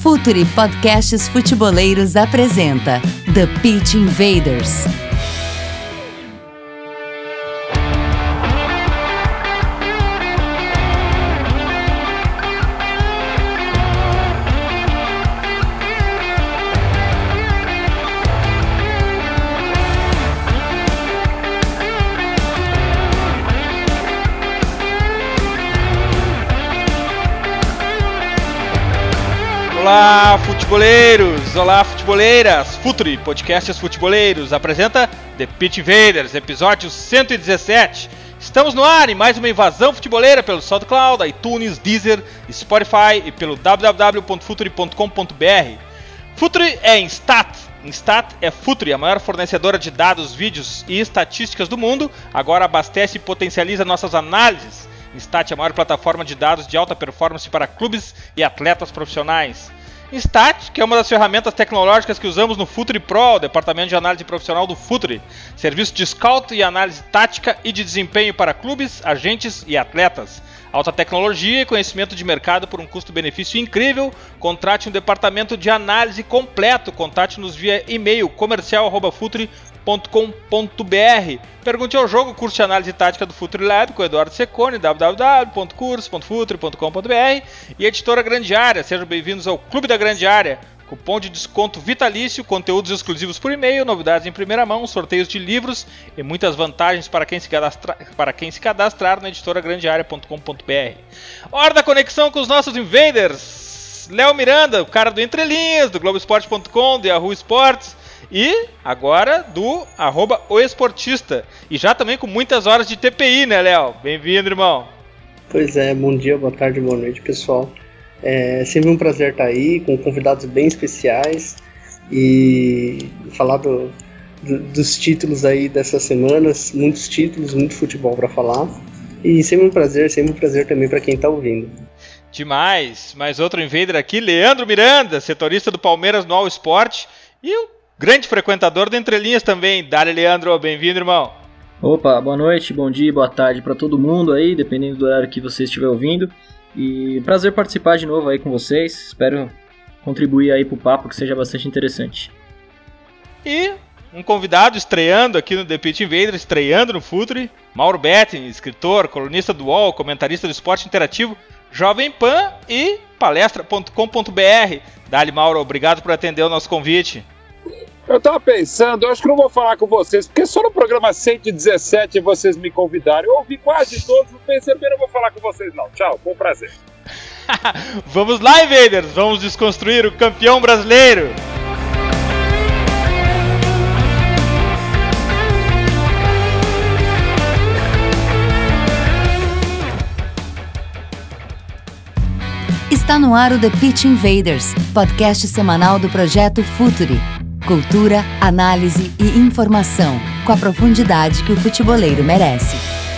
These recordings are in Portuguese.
Futuri Podcasts Futeboleiros apresenta The Pitch Invaders. Olá, futeboleiros! Olá, futeboleiras! Futuri Podcasts Futeboleiros apresenta The Pitch Invaders, episódio 117. Estamos no ar em mais uma invasão futeboleira pelo SoundCloud, iTunes, Deezer, Spotify e pelo www.futuri.com.br. Futuri é Instat. Instat é Futuri, a maior fornecedora de dados, vídeos e estatísticas do mundo. Agora abastece e potencializa nossas análises. Instat é a maior plataforma de dados de alta performance para clubes e atletas profissionais. Instat, que é uma das ferramentas tecnológicas que usamos no Futuri Pro, o departamento de análise profissional do Futuri. Serviço de scout e análise tática e de desempenho para clubes, agentes e atletas. Alta tecnologia e conhecimento de mercado por um custo-benefício incrível. Contrate um departamento de análise completo. Contate-nos via e-mail comercial@futuri.com.br. Pergunte ao jogo, curso de análise tática do Futuri Lab com o Eduardo Secone, www.curso.futuri.com.br e editora Grande Área. Sejam bem-vindos ao Clube da Grande Área. Cupom de desconto vitalício, conteúdos exclusivos por e-mail, novidades em primeira mão, sorteios de livros e muitas vantagens para quem se cadastrar na editoragrandearea.com.br. Hora da conexão com os nossos invaders. Léo Miranda, o cara do Entre Linhas, do Globoesporte.com, do Yahoo Sports e agora do @oesportista. E já também com muitas horas de TPI, né, Léo? Bem-vindo, irmão. Pois é, bom dia, boa tarde, boa noite, pessoal. É sempre um prazer estar aí com convidados bem especiais e falar dos títulos aí dessas semanas, muitos títulos, muito futebol para falar. E sempre um prazer também para quem está ouvindo. Demais! Mais outro invader aqui, Leandro Miranda, setorista do Palmeiras no All Sport e um grande frequentador do Entre Linhas também. Dale, Leandro, bem-vindo, irmão. Opa, boa noite, bom dia, boa tarde para todo mundo aí, dependendo do horário que você estiver ouvindo. E prazer participar de novo aí com vocês, espero contribuir aí pro papo que seja bastante interessante. E um convidado estreando aqui no The Pitch Invaders, estreando no Futuri, Mauro Betting, escritor, colunista do UOL, comentarista do esporte interativo, Jovem Pan e palestra.com.br. Dali, Mauro, obrigado por atender o nosso convite. Eu tava pensando, eu acho que não vou falar com vocês, porque só no programa 117 vocês me convidaram. Eu ouvi quase todos, não pensei, não vou falar com vocês não. Tchau, bom prazer. Vamos lá, invaders, vamos desconstruir o campeão brasileiro. Está no ar o The Pitch Invaders, podcast semanal do projeto Futuri. Cultura, análise e informação, com a profundidade que o futeboleiro merece.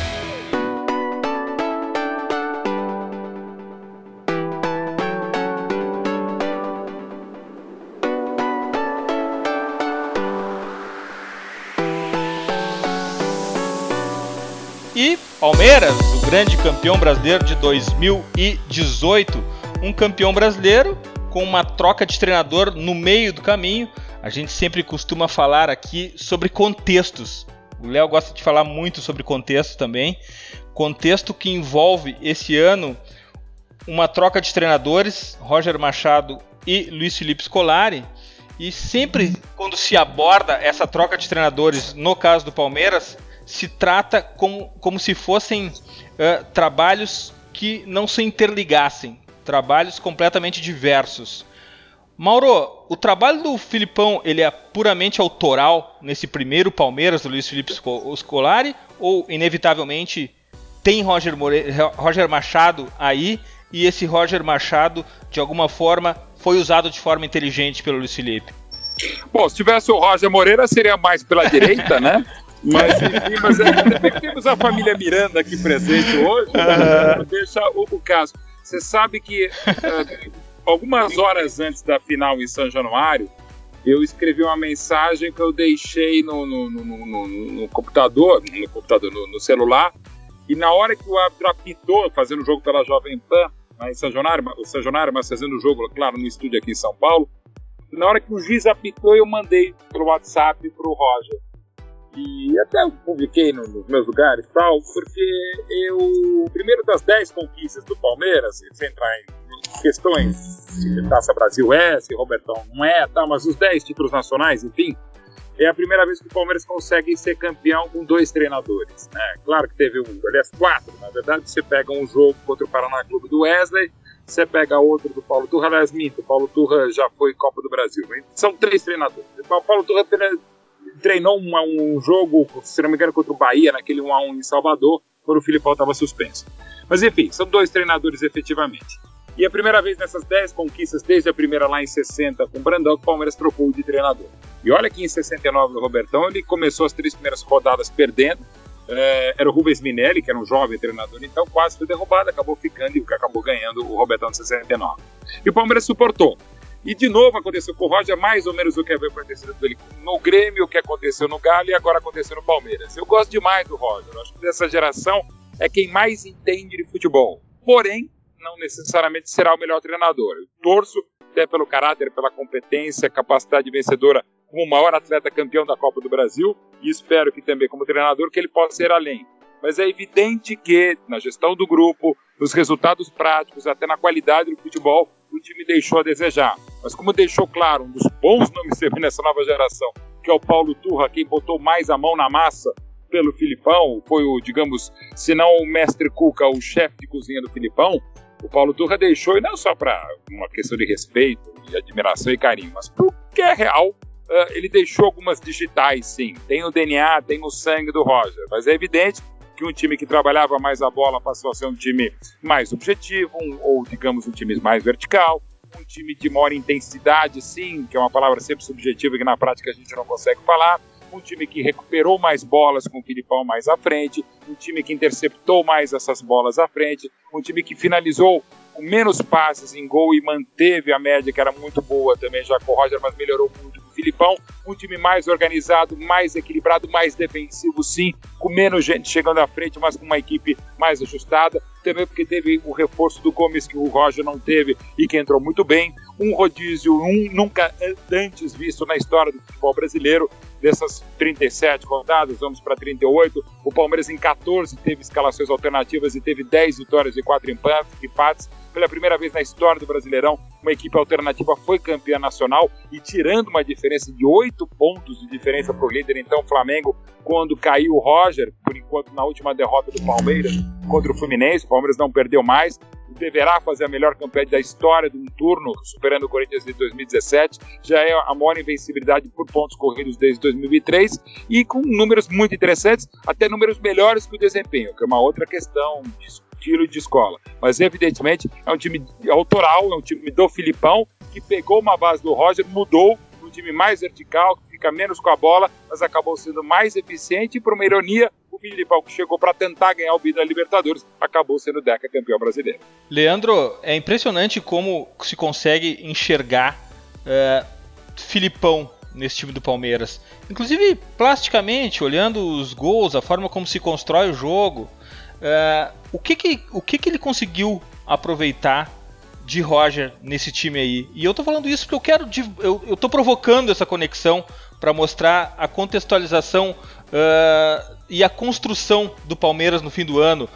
E Palmeiras, o grande campeão brasileiro de 2018, um campeão brasileiro com uma troca de treinador no meio do caminho. A gente sempre costuma falar aqui sobre contextos. O Léo gosta de falar muito sobre contexto também. Contexto que envolve esse ano uma troca de treinadores, Roger Machado e Luiz Felipe Scolari. E sempre quando se aborda essa troca de treinadores, no caso do Palmeiras, se trata como se fossem trabalhos que não se interligassem, trabalhos completamente diversos. Mauro, o trabalho do Filipão, ele é puramente autoral nesse primeiro Palmeiras do Luiz Felipe Scolari ou inevitavelmente tem Roger Machado aí e esse Roger Machado de alguma forma foi usado de forma inteligente pelo Luiz Felipe? Bom, se tivesse o Roger Moreira seria mais pela direita, né? Mas temos a família Miranda aqui presente hoje, deixa o caso. Você sabe que algumas horas antes da final em São Januário, eu escrevi uma mensagem que eu deixei no computador, no celular, e na hora que o árbitro apitou, fazendo o jogo pela Jovem Pan, lá em São Januário, mas fazendo o jogo, claro, no estúdio aqui em São Paulo. Na hora que o juiz apitou, eu mandei pelo WhatsApp pro Roger. E até eu publiquei nos meus lugares e tal, porque primeiro das 10 conquistas do Palmeiras, sem entrar em questões se Taça Brasil se Robertão não tal, mas os 10 títulos nacionais, enfim, é a primeira vez que o Palmeiras consegue ser campeão com 2 treinadores, né? Claro que teve 4, na verdade. Você pega um jogo contra o Paraná Clube do Wesley, você pega outro do Paulo Turra, aliás, minto, o Paulo Turra já foi Copa do Brasil, hein? São 3 treinadores. O Paulo Turra treinou um jogo, se não me engano, contra o Bahia, naquele 1-1 em Salvador, quando o Filipão estava suspenso. Mas enfim, são 2 treinadores efetivamente. E a primeira vez nessas 10 conquistas, desde a primeira lá em 60 com o Brandão, que o Palmeiras trocou de treinador. E olha que em 69 o Robertão, ele começou as 3 primeiras rodadas perdendo. Era o Rubens Minelli, que era um jovem treinador, então quase foi derrubado, acabou ficando e acabou ganhando o Robertão de 69. E o Palmeiras suportou. E de novo aconteceu com o Roger, mais ou menos o que havia acontecido no Grêmio, o que aconteceu no Galo e agora aconteceu no Palmeiras. Eu gosto demais do Roger, eu acho que dessa geração é quem mais entende de futebol. Porém, não necessariamente será o melhor treinador. Eu torço até pelo caráter, pela competência, capacidade vencedora como o maior atleta campeão da Copa do Brasil e espero que também como treinador que ele possa ir além. Mas é evidente que na gestão do grupo, nos resultados práticos, até na qualidade do futebol, o time deixou a desejar. Mas como deixou claro, um dos bons nomes sempre nessa nova geração, que é o Paulo Turra, quem botou mais a mão na massa pelo Filipão, foi o, digamos, se não o mestre Cuca, o chefe de cozinha do Filipão, o Paulo Turra deixou, e não só para uma questão de respeito, de admiração e carinho, mas porque é real, ele deixou algumas digitais, sim. Tem o DNA, tem o sangue do Roger, mas é evidente que um time que trabalhava mais a bola passou a ser um time mais objetivo, ou digamos um time mais vertical, um time de maior intensidade, sim, que é uma palavra sempre subjetiva que na prática a gente não consegue falar, um time que recuperou mais bolas com o Filipão mais à frente, um time que interceptou mais essas bolas à frente, um time que finalizou com menos passes em gol e manteve a média que era muito boa também já com o Roger, mas melhorou muito com o Filipão, um time mais organizado, mais equilibrado, mais defensivo sim, com menos gente chegando à frente, mas com uma equipe mais ajustada, também porque teve o reforço do Gomes que o Roger não teve e que entrou muito bem, um rodízio nunca antes visto na história do futebol brasileiro, dessas 37 rodadas, vamos para 38, o Palmeiras em 14 teve escalações alternativas e teve 10 vitórias e 4 empates, pela primeira vez na história do Brasileirão, uma equipe alternativa foi campeã nacional e tirando uma diferença de 8 pontos de diferença para o líder, então o Flamengo, quando caiu o Roger, por enquanto na última derrota do Palmeiras contra o Fluminense, o Palmeiras não perdeu mais, deverá fazer a melhor campanha da história de um turno, superando o Corinthians de 2017, já é a maior invencibilidade por pontos corridos desde 2003 e com números muito interessantes, até números melhores que o desempenho, que é uma outra questão de estilo de escola, mas evidentemente é um time autoral, é um time do Filipão, que pegou uma base do Roger, mudou um time mais vertical, que fica menos com a bola, mas acabou sendo mais eficiente e por uma ironia, o Filipão que chegou para tentar ganhar o bida da Libertadores, acabou sendo decacampeão brasileiro. Leandro, é impressionante como se consegue enxergar Filipão nesse time do Palmeiras. Inclusive, plasticamente, olhando os gols, a forma como se constrói o jogo, o que ele conseguiu aproveitar de Roger nesse time aí? E eu tô falando isso porque eu tô provocando essa conexão para mostrar a contextualização e a construção do Palmeiras no fim do ano.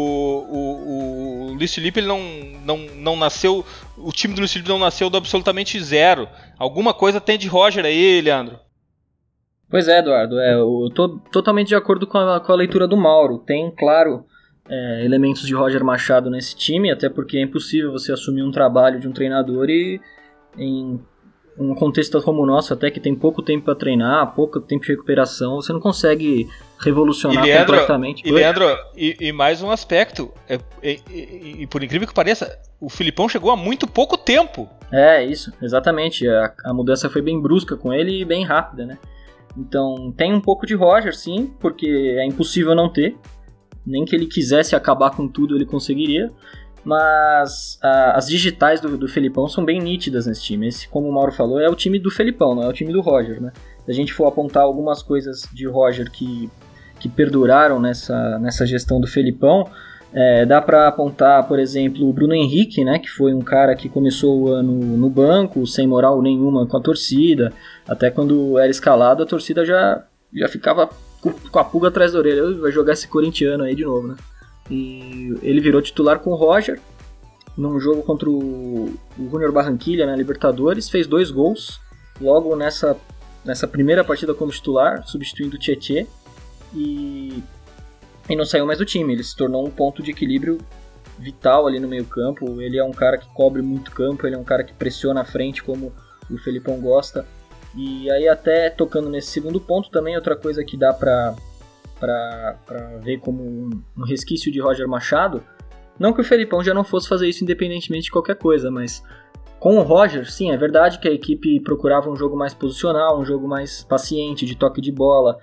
O Luiz Felipe ele não nasceu, o time do Luiz Felipe não nasceu do absolutamente zero. Alguma coisa tem de Roger aí, Leandro? Pois é, Eduardo, eu tô totalmente de acordo com a leitura do Mauro. Tem, claro, elementos de Roger Machado nesse time, até porque é impossível você assumir um trabalho de um treinador e em um contexto como o nosso, até que tem pouco tempo para treinar, pouco tempo de recuperação, você não consegue revolucionar completamente. E Leandro, e mais um aspecto, e por incrível que pareça, o Filipão chegou há muito pouco tempo. Isso, exatamente, a mudança foi bem brusca com ele e bem rápida, né? Então tem um pouco de Roger, sim, porque é impossível não ter, nem que ele quisesse acabar com tudo ele conseguiria, mas as digitais do Felipão são bem nítidas nesse time. Esse, como o Mauro falou, é o time do Felipão, não é o time do Roger, né? Se a gente for apontar algumas coisas de Roger que perduraram nessa gestão do Felipão, Dá para apontar, por exemplo, o Bruno Henrique, né, que foi um cara que começou o ano no banco, sem moral nenhuma com a torcida. Até quando era escalado, a torcida já ficava com a pulga atrás da orelha. Vai jogar esse corintiano aí de novo, né? E ele virou titular com o Roger num jogo contra o Junior Barranquilla na Libertadores, fez 2 gols logo nessa primeira partida como titular, substituindo o Tietê, e não saiu mais do time. Ele se tornou um ponto de equilíbrio vital ali no meio campo. Ele é um cara que cobre muito campo, ele é um cara que pressiona a frente como o Felipão gosta. E aí, até tocando nesse segundo ponto, também outra coisa que dá pra ver como um resquício de Roger Machado, não que o Felipão já não fosse fazer isso independentemente de qualquer coisa, mas com o Roger, sim, é verdade que a equipe procurava um jogo mais posicional, um jogo mais paciente, de toque de bola,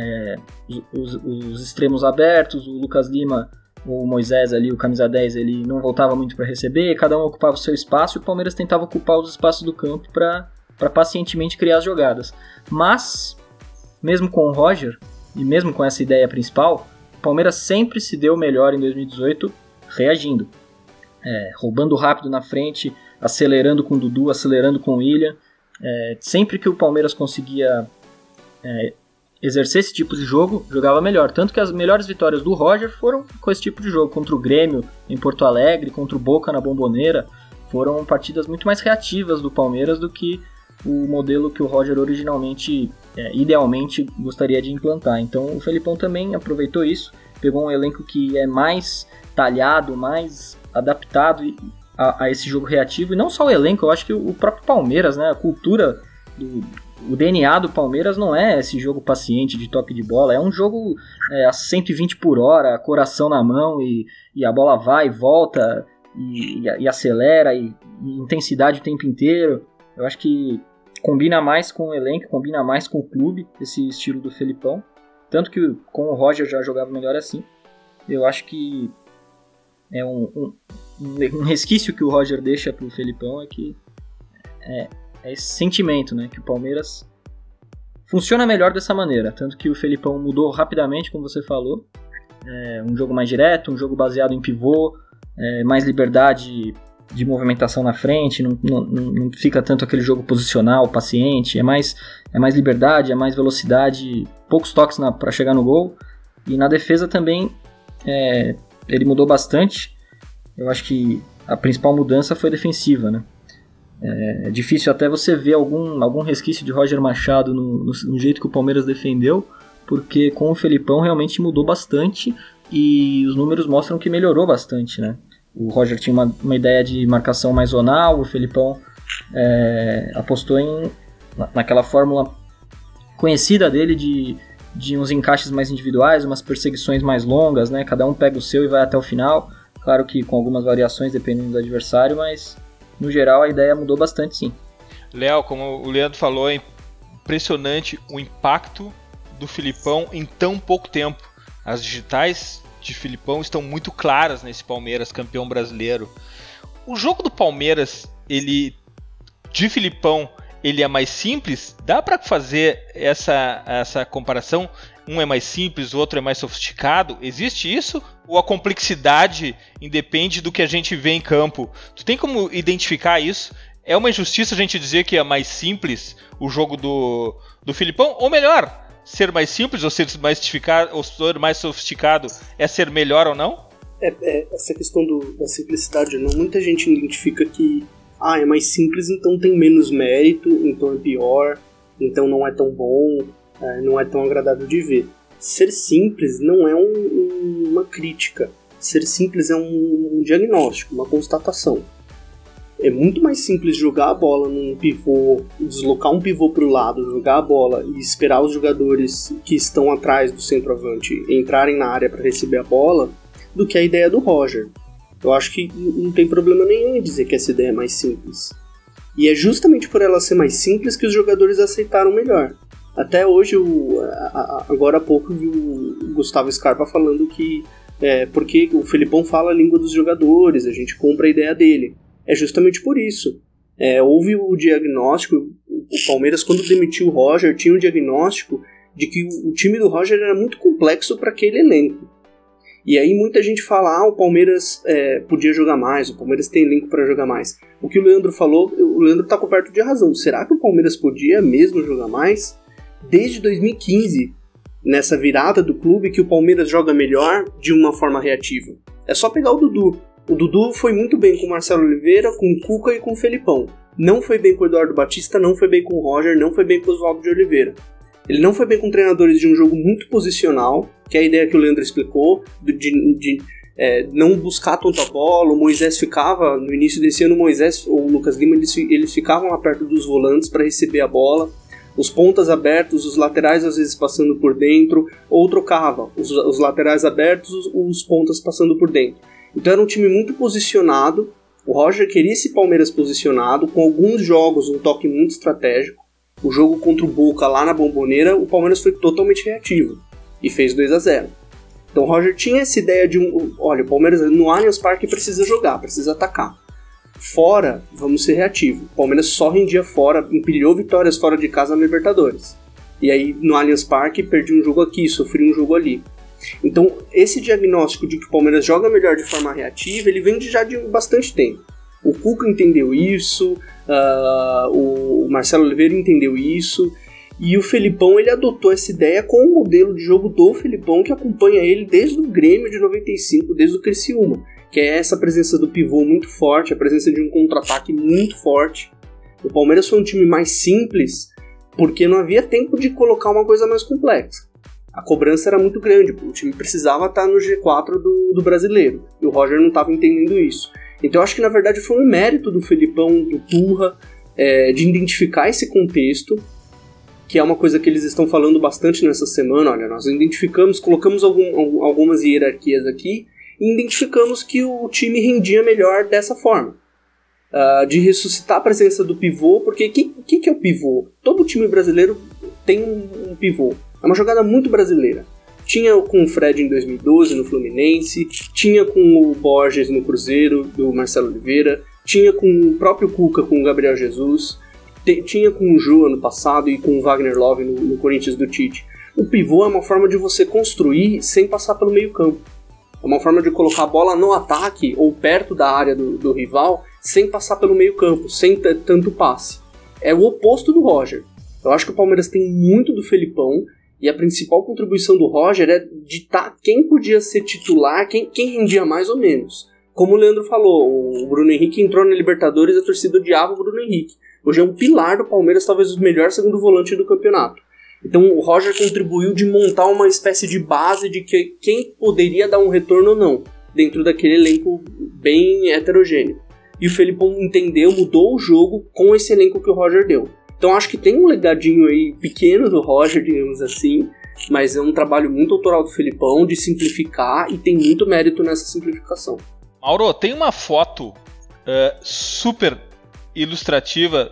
os extremos abertos, o Lucas Lima, o Moisés ali, o camisa 10, ele não voltava muito para receber, cada um ocupava o seu espaço e o Palmeiras tentava ocupar os espaços do campo para pacientemente criar as jogadas. Mas, mesmo com o Roger, e mesmo com essa ideia principal, o Palmeiras sempre se deu melhor em 2018 reagindo, roubando rápido na frente, acelerando com o Dudu, acelerando com o William. Sempre que o Palmeiras conseguia exercer esse tipo de jogo, jogava melhor. Tanto que as melhores vitórias do Roger foram com esse tipo de jogo, contra o Grêmio em Porto Alegre, contra o Boca na Bombonera. Foram partidas muito mais reativas do Palmeiras do que o modelo que o Roger originalmente, idealmente, gostaria de implantar. Então o Felipão também aproveitou isso, pegou um elenco que é mais talhado, mais adaptado a esse jogo reativo, e não só o elenco, eu acho que o próprio Palmeiras, né, a cultura, o DNA do Palmeiras não é esse jogo paciente de toque de bola, é um jogo a 120 por hora, coração na mão, e a bola vai e volta, e acelera, e intensidade o tempo inteiro. Eu acho que combina mais com o elenco, combina mais com o clube, esse estilo do Felipão, tanto que com o Roger já jogava melhor assim. Eu acho que é um resquício que o Roger deixa pro Felipão, é que é esse sentimento, né, que o Palmeiras funciona melhor dessa maneira, tanto que o Felipão mudou rapidamente, como você falou, um jogo mais direto, um jogo baseado em pivô, mais liberdade de movimentação na frente, não fica tanto aquele jogo posicional, paciente, é mais liberdade, é mais velocidade, poucos toques para chegar no gol, e na defesa também ele mudou bastante. Eu acho que a principal mudança foi defensiva, né? É difícil até você ver algum resquício de Roger Machado no jeito que o Palmeiras defendeu, porque com o Felipão realmente mudou bastante e os números mostram que melhorou bastante, né? O Roger tinha uma ideia de marcação mais zonal, o Felipão apostou naquela fórmula conhecida dele de uns encaixes mais individuais, umas perseguições mais longas, né? Cada um pega o seu e vai até o final. Claro que com algumas variações dependendo do adversário, mas no geral a ideia mudou bastante, sim. Léo, como o Leandro falou, é impressionante o impacto do Felipão em tão pouco tempo. As digitais de Felipão estão muito claras nesse Palmeiras campeão brasileiro. O jogo do Palmeiras, de Felipão, ele é mais simples? Dá para fazer essa comparação? Um é mais simples, o outro é mais sofisticado? Existe isso? Ou a complexidade independe do que a gente vê em campo? Tu tem como identificar isso? É uma injustiça a gente dizer que é mais simples o jogo do Felipão? Ou melhor, ser mais simples ou ser mais sofisticado é ser melhor ou não? Essa questão da simplicidade, não, muita gente identifica que é mais simples, então tem menos mérito, então é pior, então não é tão bom, não é tão agradável de ver. Ser simples não é uma crítica. Ser simples é um diagnóstico, uma constatação. É muito mais simples jogar a bola num pivô, deslocar um pivô para o lado, jogar a bola e esperar os jogadores que estão atrás do centroavante entrarem na área para receber a bola, do que a ideia do Roger. Eu acho que não tem problema nenhum em dizer que essa ideia é mais simples. E é justamente por ela ser mais simples que os jogadores aceitaram melhor. Até hoje, agora há pouco, vi o Gustavo Scarpa falando que porque o Felipão fala a língua dos jogadores, a gente compra a ideia dele. É justamente por isso. Houve o diagnóstico, o Palmeiras, quando demitiu o Roger, tinha um diagnóstico de que o time do Roger era muito complexo para aquele elenco. E aí muita gente fala, o Palmeiras podia jogar mais, o Palmeiras tem elenco para jogar mais. O que o Leandro falou, o Leandro está coberto de razão. Será que o Palmeiras podia mesmo jogar mais? Desde 2015, nessa virada do clube, que o Palmeiras joga melhor de uma forma reativa. É só pegar o Dudu. O Dudu foi muito bem com o Marcelo Oliveira, com o Cuca e com o Felipão. Não foi bem com o Eduardo Batista, não foi bem com o Roger, não foi bem com o Oswaldo de Oliveira. Ele não foi bem com treinadores de um jogo muito posicional, que é a ideia que o Leandro explicou, de não buscar tanto a bola. O Moisés ficava, no início desse ano, o Moisés ou o Lucas Lima, eles ficavam lá perto dos volantes para receber a bola. Os pontas abertos, os laterais às vezes passando por dentro, ou trocava os laterais abertos, os pontas passando por dentro. Então era um time muito posicionado. O Roger queria esse Palmeiras posicionado, com alguns jogos, um toque muito estratégico. O jogo contra o Boca lá na Bombonera, o Palmeiras foi totalmente reativo e fez 2-0. Então o Roger tinha essa ideia de olha, o Palmeiras no Allianz Parque precisa jogar, precisa atacar. Fora, vamos ser reativo. O Palmeiras só rendia fora, empilhou vitórias fora de casa na Libertadores. E aí no Allianz Parque perdi um jogo aqui, sofri um jogo ali. Então esse diagnóstico de que o Palmeiras joga melhor de forma reativa, ele vem já de bastante tempo. O Cuca entendeu isso, o Marcelo Oliveira entendeu isso, e o Felipão ele adotou essa ideia com o modelo de jogo do Felipão, que acompanha ele desde o Grêmio de 95, desde o Criciúma, que é essa presença do pivô muito forte, a presença de um contra-ataque muito forte. O Palmeiras foi um time mais simples porque não havia tempo de colocar uma coisa mais complexa. A cobrança era muito grande, o time precisava estar no G4 do brasileiro, e o Roger não estava entendendo isso. Então eu acho que na verdade foi um mérito do Felipão, do Turra, de identificar esse contexto, que é uma coisa que eles estão falando bastante nessa semana. Olha, nós identificamos, colocamos algumas hierarquias aqui, e identificamos que o time rendia melhor dessa forma. De ressuscitar a presença do pivô, porque o que é o pivô? Todo time brasileiro tem um pivô. É uma jogada muito brasileira. Tinha com o Fred em 2012 no Fluminense, tinha com o Borges no Cruzeiro, do Marcelo Oliveira, tinha com o próprio Cuca, com o Gabriel Jesus, tinha com o Jô ano passado e com o Wagner Love no Corinthians do Tite. O pivô é uma forma de você construir sem passar pelo meio campo. É uma forma de colocar a bola no ataque ou perto da área do rival sem passar pelo meio campo, sem tanto passe. É o oposto do Roger. Eu acho que o Palmeiras tem muito do Felipão, e a principal contribuição do Roger é ditar quem podia ser titular, quem rendia mais ou menos. Como o Leandro falou, o Bruno Henrique entrou na Libertadores e a torcida odiava o Bruno Henrique. Hoje é um pilar do Palmeiras, talvez o melhor segundo volante do campeonato. Então o Roger contribuiu de montar uma espécie de base de quem poderia dar um retorno ou não, dentro daquele elenco bem heterogêneo. E o Felipão entendeu, mudou o jogo com esse elenco que o Roger deu. Então acho que tem um legadinho aí pequeno do Roger, digamos assim, mas é um trabalho muito autoral do Felipão de simplificar, e tem muito mérito nessa simplificação. Mauro, tem uma foto super ilustrativa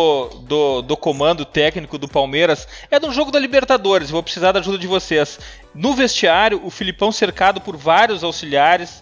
do comando técnico do Palmeiras. É do jogo da Libertadores, vou precisar da ajuda de vocês. No vestiário, o Felipão cercado por vários auxiliares,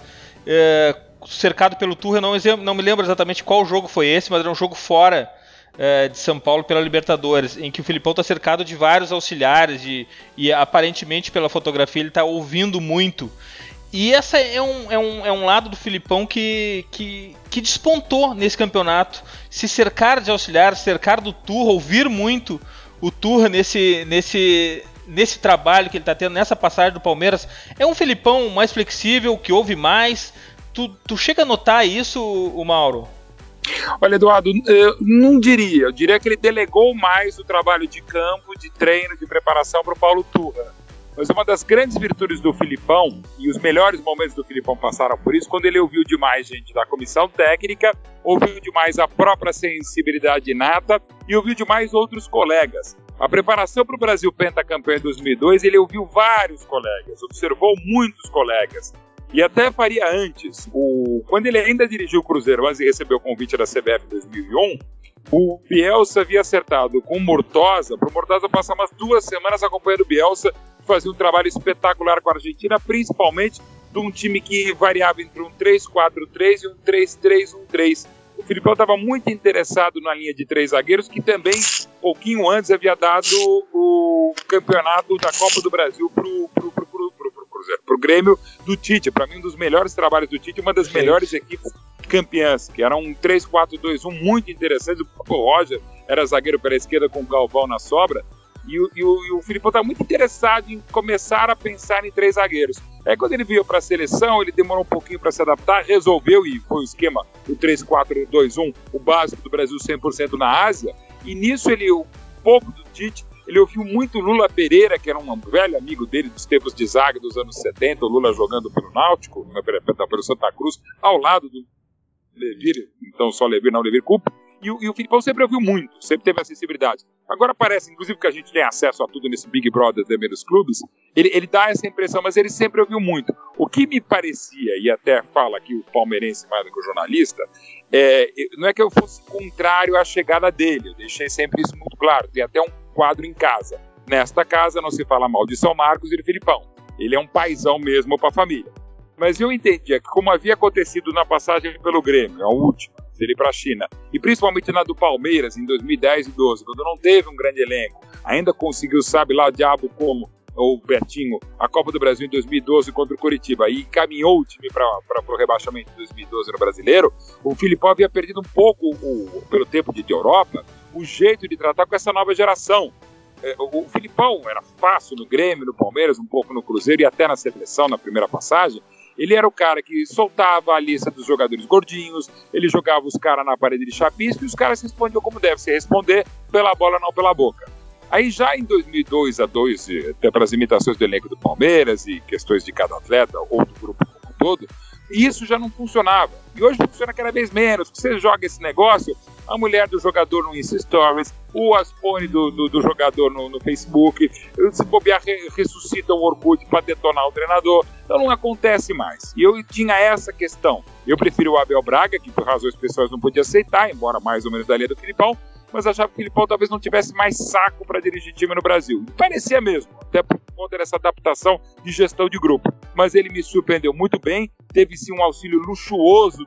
cercado pelo Turra. Não me lembro exatamente qual jogo foi esse, mas era um jogo fora de São Paulo pela Libertadores, em que o Felipão está cercado de vários auxiliares e aparentemente pela fotografia ele está ouvindo muito. E essa é um lado do Felipão que despontou nesse campeonato. Se cercar de auxiliares, cercar do Turra, ouvir muito o Turra nesse trabalho que ele está tendo, nessa passagem do Palmeiras. É um Felipão mais flexível, que ouve mais. Tu chega a notar isso, o Mauro? Olha, Eduardo, eu diria que ele delegou mais o trabalho de campo, de treino, de preparação para o Paulo Turra. Mas uma das grandes virtudes do Felipão, e os melhores momentos do Felipão passaram por isso, quando ele ouviu demais gente da comissão técnica, ouviu demais a própria sensibilidade inata e ouviu demais outros colegas. A preparação para o Brasil pentacampeão em 2002, ele ouviu vários colegas, observou muitos colegas. E até faria antes, quando ele ainda dirigiu o Cruzeiro, mas recebeu o convite da CBF em 2001, o Bielsa havia acertado com o Mortosa, para o Mortosa passar umas 2 semanas acompanhando o Bielsa, que fazia um trabalho espetacular com a Argentina, principalmente de um time que variava entre um 3-4-3 e um 3-3-1-3. O Felipão estava muito interessado na linha de 3 zagueiros, que também, pouquinho antes, havia dado o campeonato da Copa do Brasil para o Cruzeiro. Pro Grêmio do Tite, para mim um dos melhores trabalhos do Tite, uma das melhores equipes campeãs, que era um 3-4-2-1 muito interessante. O Roger era zagueiro pela esquerda com o Galvão na sobra, e o Filipão está muito interessado em começar a pensar em 3 zagueiros. Aí quando ele veio para a seleção, ele demorou um pouquinho para se adaptar, resolveu, e foi o esquema, o 3-4-2-1, o básico do Brasil 100% na Ásia, e nisso o pouco do Tite, ele ouviu muito Lula Pereira, que era um velho amigo dele dos tempos de zaga dos anos 70, o Lula jogando pelo Náutico, pelo Santa Cruz, ao lado do Levir, então só Levir, não Levir Cup, e o Filipão sempre ouviu muito, sempre teve a sensibilidade. Agora parece, inclusive, que a gente tem acesso a tudo nesse Big Brother de menos clubes, ele dá essa impressão, mas ele sempre ouviu muito. O que me parecia, e até fala aqui o palmeirense mais do que o jornalista, não é que eu fosse contrário à chegada dele, eu deixei sempre isso muito claro, tem até um quadro em casa. Nesta casa não se fala mal de São Marcos e de Filipão, ele é um paizão mesmo para a família. Mas eu entendia que, como havia acontecido na passagem pelo Grêmio, a última, ele para a China, e principalmente na do Palmeiras, em 2010 e 2012, quando não teve um grande elenco, ainda conseguiu, sabe lá, diabo como, o Betinho, a Copa do Brasil em 2012 contra o Coritiba, e encaminhou o time para o rebaixamento de 2012 no Brasileiro, o Filipão havia perdido um pouco, pelo tempo de Europa, o jeito de tratar com essa nova geração. O Filipão era fácil no Grêmio, no Palmeiras, um pouco no Cruzeiro e até na seleção, na primeira passagem. Ele era o cara que soltava a lista dos jogadores gordinhos, ele jogava os caras na parede de chapisco e os caras respondiam como deve se responder, pela bola, não pela boca. Aí já em 2002 a 2002, até pelas imitações do elenco do Palmeiras e questões de cada atleta ou do grupo como um todo, isso já não funcionava. E hoje funciona cada vez menos, porque você joga esse negócio, a mulher do jogador no Insta Stories, o Aspone do jogador no Facebook, se bobear, ressuscita o Orkut para detonar o treinador, então não acontece mais. E eu tinha essa questão. Eu prefiro o Abel Braga, que por razões pessoais não podia aceitar, embora mais ou menos da linha do Filipão, mas achava que o Filipão talvez não tivesse mais saco para dirigir time no Brasil. E parecia mesmo, até por conta dessa adaptação de gestão de grupo. Mas ele me surpreendeu muito bem, teve sim um auxílio luxuoso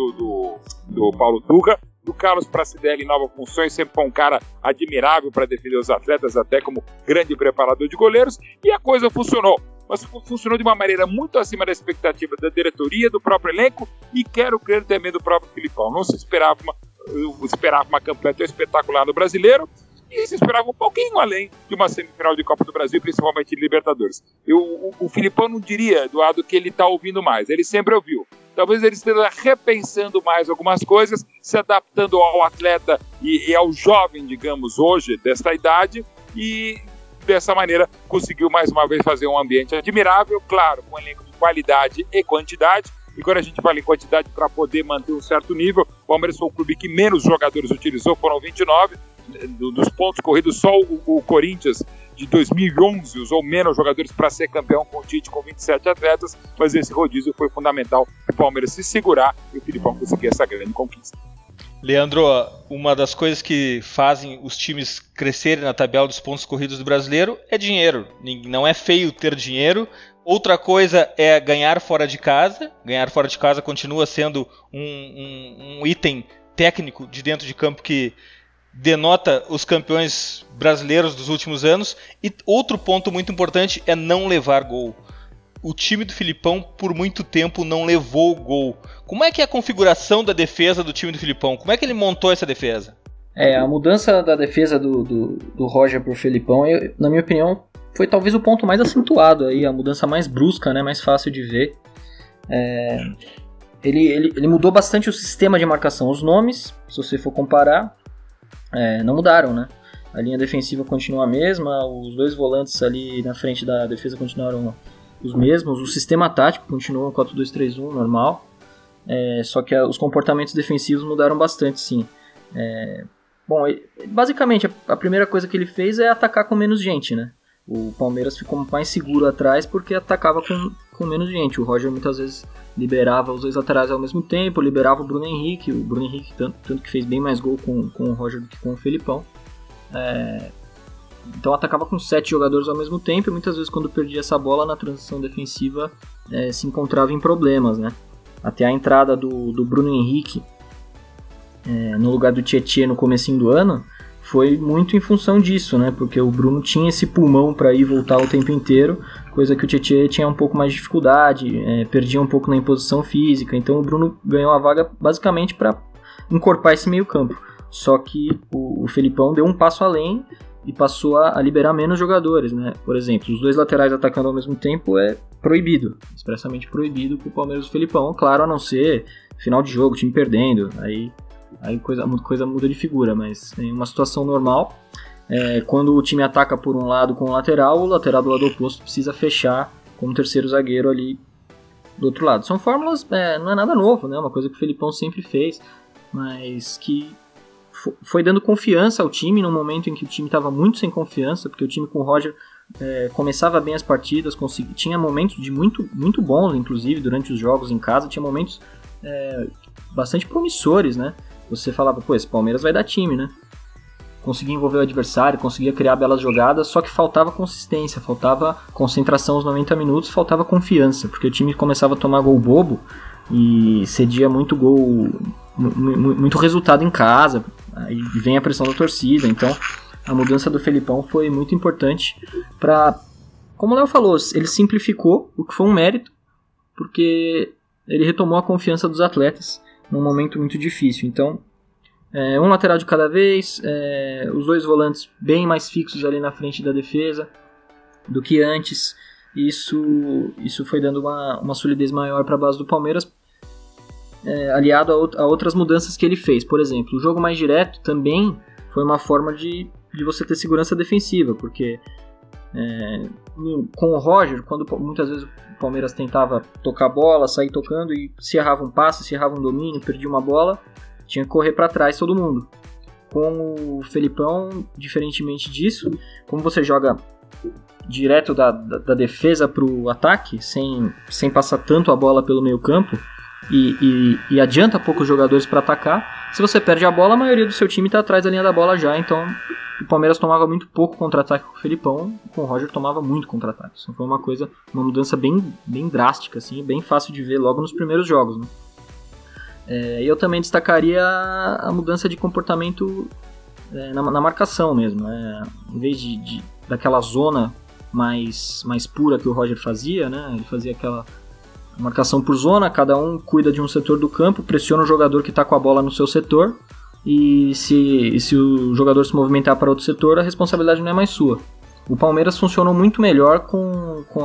do Paulo Turra, do Carlos Pracidelli em novas funções, sempre foi um cara admirável para defender os atletas, até como grande preparador de goleiros, e a coisa funcionou. Mas funcionou de uma maneira muito acima da expectativa da diretoria, do próprio elenco, e quero crer também do próprio Filipão. Não se esperava uma campanha tão espetacular no Brasileiro, e se esperava um pouquinho além de uma semifinal de Copa do Brasil, principalmente de Libertadores. O Filipão não diria, Eduardo, que ele está ouvindo mais, ele sempre ouviu. Talvez ele esteja repensando mais algumas coisas, se adaptando ao atleta e ao jovem, digamos, hoje, desta idade, e dessa maneira conseguiu mais uma vez fazer um ambiente admirável, claro, com um elenco de qualidade e quantidade. E quando a gente fala em quantidade para poder manter um certo nível, o Palmeiras foi o clube que menos jogadores utilizou, foram 29. Dos pontos corridos, só o Corinthians de 2011 usou menos jogadores para ser campeão com o Tite, com 27 atletas, mas esse rodízio foi fundamental para o Palmeiras se segurar e o Filipão conseguir essa grande conquista. Leandro, uma das coisas que fazem os times crescerem na tabela dos pontos corridos do Brasileiro é dinheiro. Não é feio ter dinheiro. Outra coisa é ganhar fora de casa. Ganhar fora de casa continua sendo um item técnico de dentro de campo que denota os campeões brasileiros dos últimos anos. E outro ponto muito importante é não levar gol. O time do Filipão, por muito tempo, não levou gol. Como é que é a configuração da defesa do time do Filipão? Como é que ele montou essa defesa? A mudança da defesa do Roger pro Filipão, na minha opinião, foi talvez o ponto mais acentuado aí, a mudança mais brusca, né, mais fácil de ver. Ele mudou bastante o sistema de marcação. Os nomes, se você for comparar, não mudaram, né? A linha defensiva continua a mesma, os dois volantes ali na frente da defesa continuaram os mesmos, o sistema tático continua 4-2-3-1 normal, só que os comportamentos defensivos mudaram bastante, sim. Basicamente a primeira coisa que ele fez é atacar com menos gente, né? O Palmeiras ficou mais seguro atrás porque atacava com menos gente. O Roger muitas vezes liberava os dois laterais ao mesmo tempo, liberava o Bruno Henrique tanto que fez bem mais gol com o Roger do que com o Felipão. Então atacava com 7 jogadores ao mesmo tempo e muitas vezes quando perdia essa bola na transição defensiva se encontrava em problemas, né? Até a entrada do Bruno Henrique no lugar do Tietê no comecinho do ano foi muito em função disso, né? Porque o Bruno tinha esse pulmão para ir e voltar o tempo inteiro, coisa que o Tietê tinha um pouco mais de dificuldade, perdia um pouco na imposição física. Então o Bruno ganhou a vaga basicamente para encorpar esse meio campo. Só que o Felipão deu um passo além e passou a liberar menos jogadores, né? Por exemplo, os 2 laterais atacando ao mesmo tempo é proibido, expressamente proibido pro Palmeiras do Felipão, claro, a não ser final de jogo, time perdendo, aí coisa muda de figura, mas em uma situação normal, quando o time ataca por um lado com o lateral do lado oposto precisa fechar como terceiro zagueiro ali do outro lado. São fórmulas, não é nada novo, né? Uma coisa que o Felipão sempre fez, mas que foi dando confiança ao time num momento em que o time estava muito sem confiança, porque o time com o Roger começava bem as partidas, tinha momentos de muito bons, inclusive, durante os jogos em casa, tinha momentos bastante promissores, né? Você falava, pô, esse Palmeiras vai dar time, né? Conseguia envolver o adversário, conseguia criar belas jogadas, só que faltava consistência, faltava concentração aos 90 minutos, faltava confiança, porque o time começava a tomar gol bobo e cedia muito gol, muito resultado em casa, aí vem a pressão da torcida. Então a mudança do Felipão foi muito importante para, como o Léo falou, ele simplificou, o que foi um mérito, porque ele retomou a confiança dos atletas num momento muito difícil. Então um lateral de cada vez, os 2 volantes bem mais fixos ali na frente da defesa do que antes. Isso foi dando uma solidez maior para a base do Palmeiras, aliado a outras mudanças que ele fez. Por exemplo, o jogo mais direto também foi uma forma de você ter segurança defensiva, porque com o Roger, quando muitas vezes o Palmeiras tentava tocar a bola, sair tocando e se errava um passe, se errava um domínio, perdia uma bola, tinha que correr para trás todo mundo. Com o Felipão, diferentemente disso, como você joga direto da defesa para o ataque, sem passar tanto a bola pelo meio campo, e adianta poucos jogadores para atacar, se você perde a bola, a maioria do seu time está atrás da linha da bola já. Então o Palmeiras tomava muito pouco contra-ataque com o Felipão, com o Roger tomava muito contra-ataque. Isso foi uma mudança bem drástica, assim, bem fácil de ver logo nos primeiros jogos, né? E eu também destacaria a mudança de comportamento na marcação mesmo, né? Em vez daquela zona mais pura que o Roger fazia, né? Ele fazia aquela marcação por zona, cada um cuida de um setor do campo, pressiona o jogador que está com a bola no seu setor, e se o jogador se movimentar para outro setor, a responsabilidade não é mais sua. O Palmeiras funcionou muito melhor com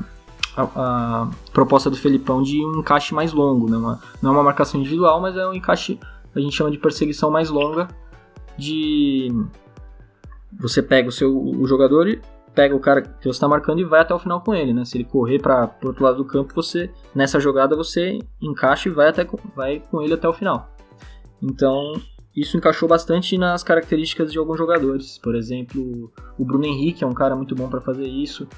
a proposta do Felipão de um encaixe mais longo, né? Não é uma marcação individual, mas é um encaixe, a gente chama de perseguição mais longa, de você pega o jogador e pega o cara que você está marcando e vai até o final com ele, né? Se ele correr para o outro lado do campo, nessa jogada você encaixa e vai com ele até o final. Então isso encaixou bastante nas características de alguns jogadores. Por exemplo, o Bruno Henrique é um cara muito bom para fazer isso.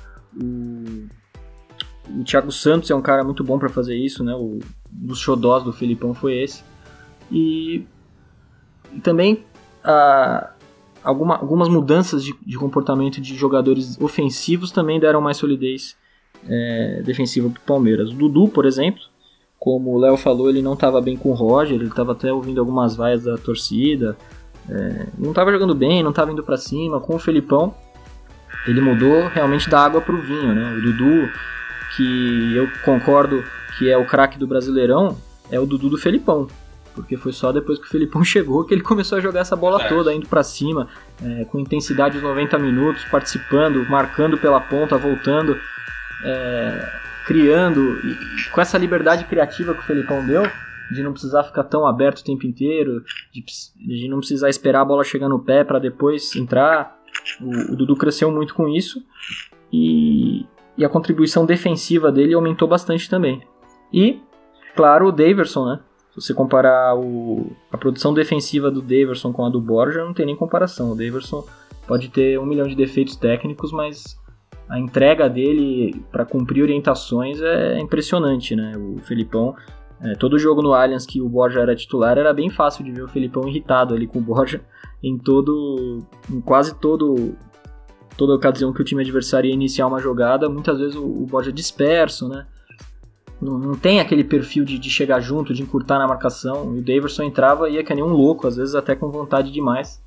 O Thiago Santos é um cara muito bom para fazer isso, né? Um dos xodós do Felipão foi esse. E também algumas mudanças de comportamento de jogadores ofensivos também deram mais solidez defensiva para o Palmeiras. O Dudu, por exemplo, como o Léo falou, ele não estava bem com o Roger, ele estava até ouvindo algumas vaias da torcida, não estava jogando bem, não estava indo para cima. Com o Felipão, ele mudou realmente da água para o vinho, né? O Dudu, que eu concordo que é o craque do Brasileirão, é o Dudu do Felipão, porque foi só depois que o Felipão chegou que ele começou a jogar essa bola toda, indo pra cima, com intensidade de 90 minutos, participando, marcando pela ponta, voltando, criando, e com essa liberdade criativa que o Felipão deu, de não precisar ficar tão aberto o tempo inteiro, de não precisar esperar a bola chegar no pé para depois entrar. O Dudu cresceu muito com isso, e a contribuição defensiva dele aumentou bastante também. E, claro, o Daverson, né? Se você comparar a produção defensiva do Daverson com a do Borja, não tem nem comparação. O Daverson pode ter 1 milhão de defeitos técnicos, mas a entrega dele para cumprir orientações é impressionante, né? O Felipão, todo jogo no Allianz que o Borja era titular, era bem fácil de ver o Felipão irritado ali com o Borja em quase toda ocasião que o time adversário ia iniciar uma jogada. Muitas vezes o Borja disperso, né? Não tem aquele perfil de chegar junto, de encurtar na marcação. O Daverson entrava e ia que nem um louco, às vezes até com vontade demais,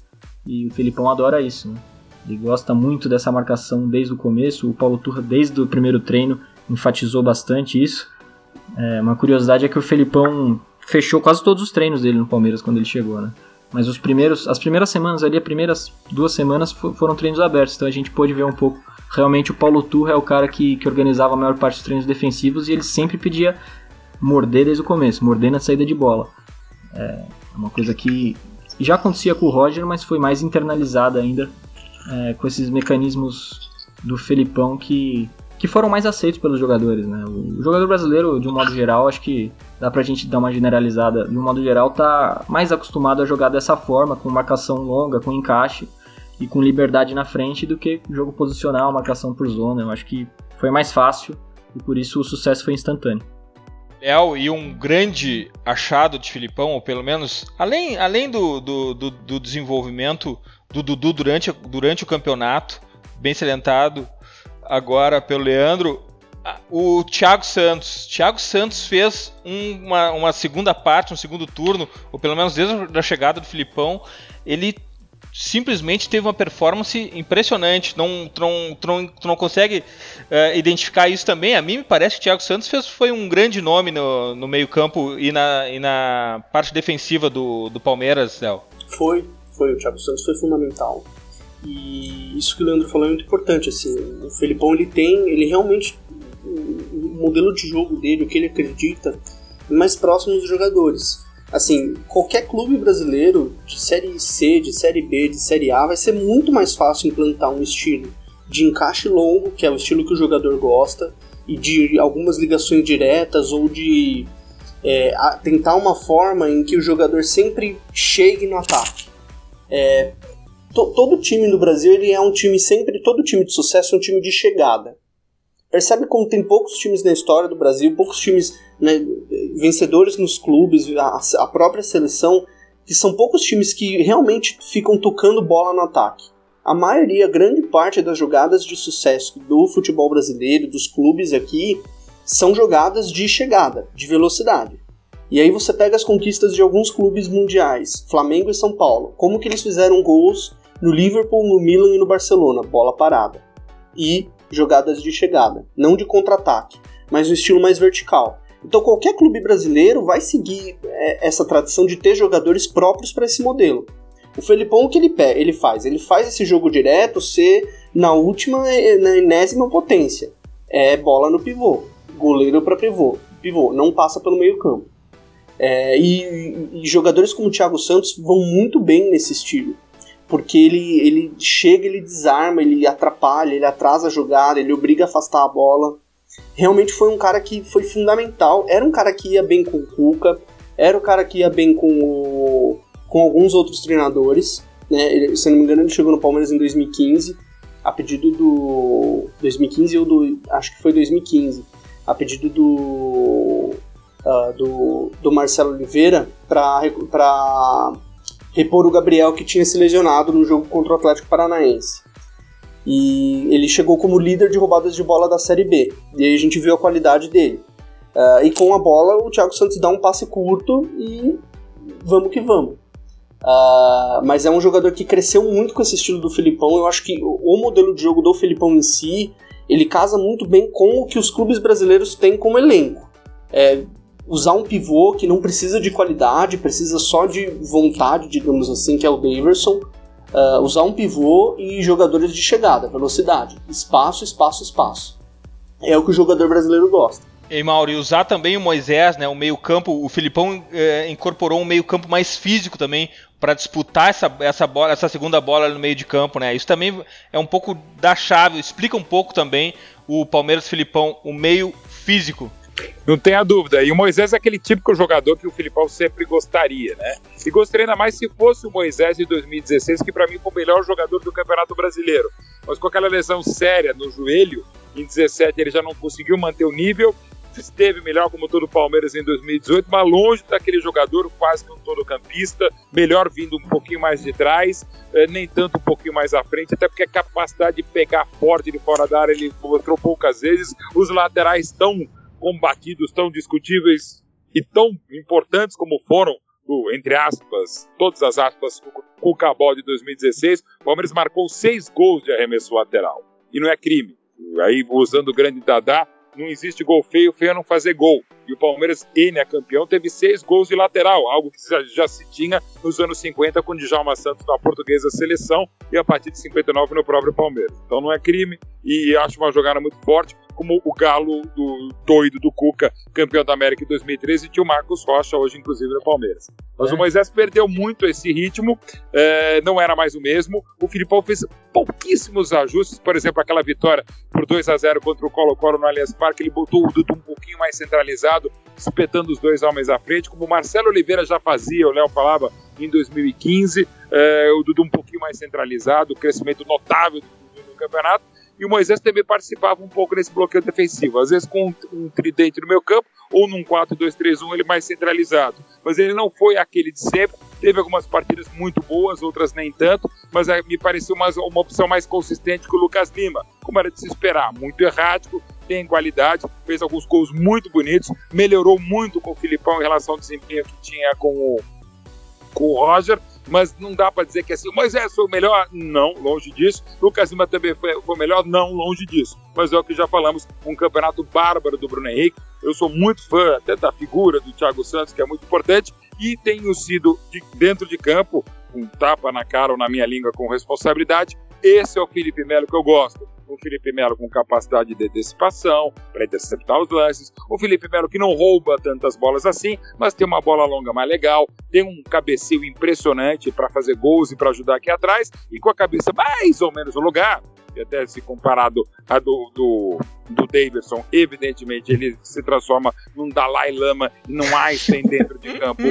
e o Felipão adora isso, né? Ele gosta muito dessa marcação desde o começo. O Paulo Turra, desde o primeiro treino, enfatizou bastante isso. Uma curiosidade é que o Felipão fechou quase todos os treinos dele no Palmeiras quando ele chegou, né? Mas as primeiras semanas ali, as primeiras 2 semanas foram treinos abertos, então a gente pôde ver um pouco. Realmente o Paulo Turra é o cara que organizava a maior parte dos treinos defensivos e ele sempre pedia morder desde o começo, morder na saída de bola. É uma coisa que já acontecia com o Roger, mas foi mais internalizada ainda com esses mecanismos do Felipão que foram mais aceitos pelos jogadores, né? O jogador brasileiro, de um modo geral, acho que dá pra gente dar uma generalizada, de um modo geral, tá mais acostumado a jogar dessa forma, com marcação longa, com encaixe e com liberdade na frente do que jogo posicional, marcação por zona. Eu acho que foi mais fácil e por isso o sucesso foi instantâneo. Léo, e um grande achado de Felipão, ou pelo menos, além do desenvolvimento do Dudu durante o campeonato, bem salientado agora pelo Leandro, o Thiago Santos. Thiago Santos fez uma segunda parte, um segundo turno, ou pelo menos desde a chegada do Felipão, ele simplesmente teve uma performance impressionante. Tu não consegue identificar isso também? A mim me parece que o Thiago Santos foi um grande nome no meio campo e na parte defensiva do Palmeiras, Léo. Foi, o Thiago Santos foi fundamental. E isso que o Leandro falou é muito importante, assim, o Felipão ele realmente, o modelo de jogo dele, o que ele acredita, é mais próximo dos jogadores. Assim, qualquer clube brasileiro de Série C, de Série B, de Série A, vai ser muito mais fácil implantar um estilo de encaixe longo, que é o estilo que o jogador gosta, e de algumas ligações diretas, ou de tentar uma forma em que o jogador sempre chegue no ataque. Todo time no Brasil, ele é um time todo time de sucesso é um time de chegada. Percebe como tem poucos times na história do Brasil, poucos times, né, vencedores nos clubes, a própria seleção, que são poucos times que realmente ficam tocando bola no ataque. A maioria, grande parte das jogadas de sucesso do futebol brasileiro, dos clubes aqui, são jogadas de chegada, de velocidade. E aí você pega as conquistas de alguns clubes mundiais, Flamengo e São Paulo, como que eles fizeram gols no Liverpool, no Milan e no Barcelona, bola parada. E jogadas de chegada, não de contra-ataque, mas um estilo mais vertical. Então qualquer clube brasileiro vai seguir essa tradição de ter jogadores próprios para esse modelo. O Felipão, o que ele faz? Ele faz esse jogo direto ser na enésima potência. É bola no pivô, goleiro para pivô, não passa pelo meio campo. E jogadores como o Thiago Santos vão muito bem nesse estilo. Porque ele chega, ele desarma, ele atrapalha, ele atrasa a jogada, ele obriga a afastar a bola. Realmente foi um cara que foi fundamental. Era um cara que ia bem com o Cuca, era um cara que ia bem com alguns outros treinadores. Né? Se não me engano, ele chegou no Palmeiras em 2015, a pedido do... 2015 ou do... acho que foi 2015. A pedido do Marcelo Oliveira para repor o Gabriel, que tinha se lesionado no jogo contra o Atlético Paranaense. E ele chegou como líder de roubadas de bola da Série B. E aí a gente viu a qualidade dele. E com a bola, o Thiago Santos dá um passe curto e vamos que vamos. Mas é um jogador que cresceu muito com esse estilo do Felipão. Eu acho que o modelo de jogo do Felipão em si, ele casa muito bem com o que os clubes brasileiros têm como elenco. Usar um pivô que não precisa de qualidade, precisa só de vontade, digamos assim, que é o Daverson. Usar um pivô e jogadores de chegada, velocidade, espaço, espaço, espaço. É o que o jogador brasileiro gosta. E Mauro, e usar também o Moisés, né, o meio campo, o Felipão incorporou um meio campo mais físico também para disputar essa segunda bola no meio de campo, né? Isso também é um pouco da chave, explica um pouco também o Palmeiras Felipão, o meio físico. Não tenha dúvida, e o Moisés é aquele típico jogador que o Felipão sempre gostaria, né? E gostaria ainda mais se fosse o Moisés de 2016, que para mim foi o melhor jogador do Campeonato Brasileiro. Mas com aquela lesão séria no joelho, em 2017 ele já não conseguiu manter o nível, esteve melhor como todo o Palmeiras em 2018, mas longe daquele jogador quase que um todo-campista, melhor vindo um pouquinho mais de trás, nem tanto um pouquinho mais à frente, até porque a capacidade de pegar forte de fora da área ele mostrou poucas vezes, os laterais tão combatidos, tão discutíveis e tão importantes como foram entre aspas, todas as aspas, Cucabol de 2016, o Palmeiras marcou 6 gols de arremesso lateral. E não é crime. Aí, usando o grande Dadá, não existe gol feio, feio é não fazer gol. E o Palmeiras, campeão, teve 6 gols de lateral, algo que já se tinha nos anos 50 com o Djalma Santos na Portuguesa Seleção e a partir de 59 no próprio Palmeiras. Então não é crime e acho uma jogada muito forte, como o Galo doido do Cuca, campeão da América em 2013, e tinha o Marcos Rocha, hoje inclusive no Palmeiras. Mas o Moisés perdeu muito esse ritmo, não era mais o mesmo. O Filipão fez pouquíssimos ajustes, por exemplo, aquela vitória por 2-0 contra o Colo-Colo no Allianz Parque, ele botou o Dudu um pouquinho mais centralizado, espetando os 2 homens à frente, como o Marcelo Oliveira já fazia, o Léo falava, em 2015, o Dudu um pouquinho mais centralizado, o crescimento notável do Dudu no campeonato. E o Moisés também participava um pouco nesse bloqueio defensivo, às vezes com um tridente no meio campo, ou num 4-2-3-1 ele mais centralizado. Mas ele não foi aquele de sempre, teve algumas partidas muito boas, outras nem tanto, mas me pareceu uma opção mais consistente que o Lucas Lima, como era de se esperar, muito errático, tem qualidade, fez alguns gols muito bonitos, melhorou muito com o Filipão em relação ao desempenho que tinha com o Roger, mas não dá para dizer que assim, o Moisés foi o melhor? Não, longe disso. Lucas Lima também foi o melhor? Não, longe disso. Mas é o que já falamos, um campeonato bárbaro do Bruno Henrique. Eu sou muito fã até da figura do Thiago Santos, que é muito importante, e tenho sido, dentro de campo, um tapa na cara ou na minha língua com responsabilidade, esse é o Felipe Melo que eu gosto. O Felipe Melo com capacidade de antecipação, para interceptar os lances. O Felipe Melo que não rouba tantas bolas assim, mas tem uma bola longa mais legal, tem um cabeceio impressionante para fazer gols e para ajudar aqui atrás, e com a cabeça mais ou menos no lugar, e até se comparado a do Davidson, evidentemente ele se transforma num Dalai Lama e num Einstein dentro de campo,